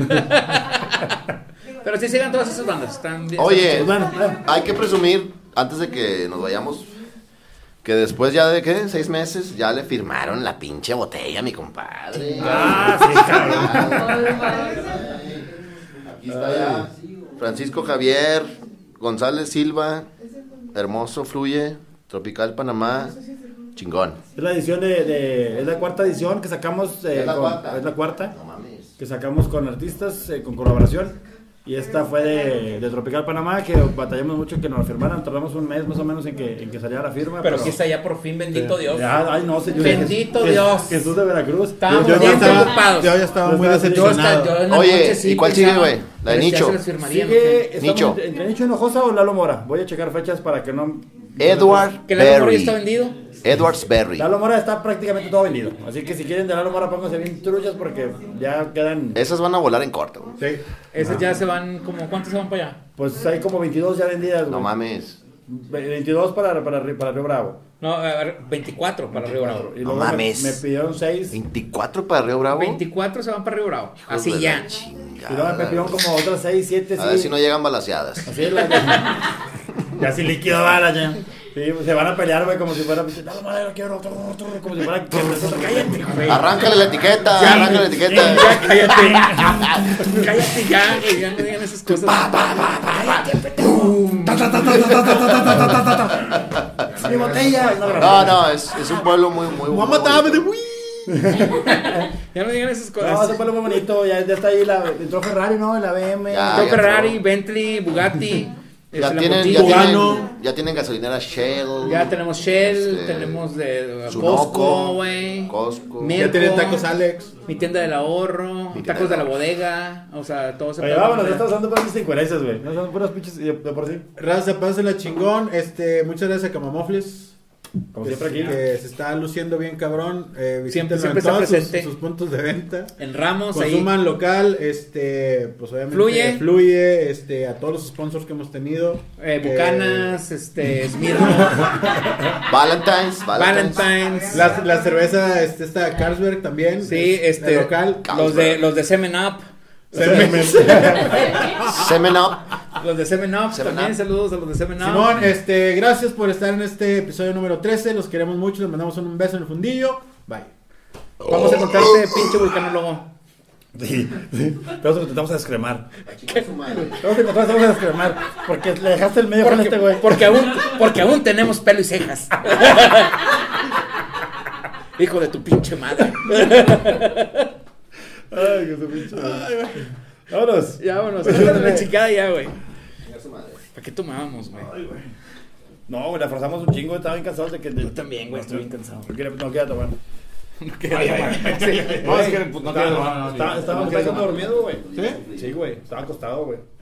Pero sí sigan todas esas bandas. Están bien. Oye, Pues bueno, hay que presumir, antes de que nos vayamos, que después ya de, ¿qué? 6 meses, ya le firmaron la pinche botella a mi compadre. Ah, sí, cabrón. Aquí está ya. Francisco Javier González Silva, Hermoso Fluye, Tropical Panamá, chingón. Es la edición es la cuarta edición que sacamos. ¿Es la cuarta? Es la cuarta. No mames. Que sacamos con artistas, con colaboración. Y esta fue de Tropical Panamá, que batallamos mucho en que nos la firmaran. Tardamos un mes más o menos en que saliera la firma. Pero aquí está ya por fin, bendito Dios. Ay, no, señor. Bendito Dios. Jesús de Veracruz. Estábamos Yo bien estaba- preocupados. yo ya estaba muy Yo decepcionado. en la Oye, noche sí ¿y cuál sigue, pensaba, güey? La de pero ya Nicho. se las firmaríamos, Sigue, ¿eh? Nicho. estamos entre Nicho Hinojosa o Lalo Mora. Voy a checar fechas para que no. Edward Que la memoria Berry. está vendido. Edwards Berry. Lalo Mora está prácticamente todo vendido. Así que si quieren de Lalo Mora, pónganse bien truchas porque ya quedan. Esas van a volar en corto. Sí. Esas ya se van como, ¿cuántas se van para allá? Pues hay como 22 ya vendidas, güey. No mames. 22 para Río Bravo. No, a ver, 24 para Río Bravo. Y No luego mames. Me pidieron 6. 24 para Río Bravo. 24 se van para Río Bravo. Hijos Así de ya. la Y luego me chingada. pidieron como otras 6, 7, A ver si no llegan balaseadas. Así es la. Ya sin líquido bala ya. Sí, pues se van a pelear, güey, como si fuera. Dale, madre, quiero otro, como si fuera. Cállate, güey. Arráncale la etiqueta, Ya, arráncale la etiqueta. Ya, cállate. Cállate ya, güey. Ya no digan esas cosas. Mi botella. No, es un pueblo muy Mamá, dame de bonito. Ya no digan esas No, cosas. ese pueblo muy bonito. Ya está ahí entró Ferrari, ¿no? La BM. Ya. Tengo Ferrari, Bentley, Bugatti. Ya Lamborghini. ya tienen gasolinera Shell. Ya tenemos Shell, Este, tenemos de Sunoco, Costco, güey. Costco. Mirko, Ya tienen tacos Alex. Mi tienda del ahorro, Mi tienda tacos de del la bodega, o sea, todo ese Oye, pedo, vámonos, güey. ya estamos dando puras incoherencias, güey. No son puras pinches de por sí. Raza, pásenla chingón. Muchas gracias a Camamofles. Como siempre aquí. Que se está luciendo bien cabrón. Visítenlo siempre en todos está presente. sus puntos de venta. En Ramos, Consuman ahí. local, pues obviamente Fluye. a todos los sponsors que hemos tenido. Bucanas, Smirnoff, Valentine's. La cerveza, esta Carlsberg también. Sí, es de local. los de Semen Up. Semen Up. Los de Semen Up Semen también, Up. saludos a los de Semen Up. Simón, gracias por estar en este episodio número 13. Los queremos mucho, les mandamos un beso en el fundillo. Bye. Vamos a contarte, pinche vulcanólogo. Sí. Todos intentamos a descremar. Todos intentamos a descremar. Porque le dejaste el medio con este güey. Porque aún tenemos pelo y cejas. Hijo de tu pinche madre. Ay, que su pinche. Vámonos. Ya, vámonos. La chicada ya, güey. ¿Para qué tomábamos, güey? No, güey, la forzamos un chingo. Estaba bien cansado de que. Yo también, güey, estoy bien cansado. No quería tomar. No, es que pues, no quiero tomar. Estaba dormido, güey. ¿Sí? Sí, güey. Estaba acostado, güey.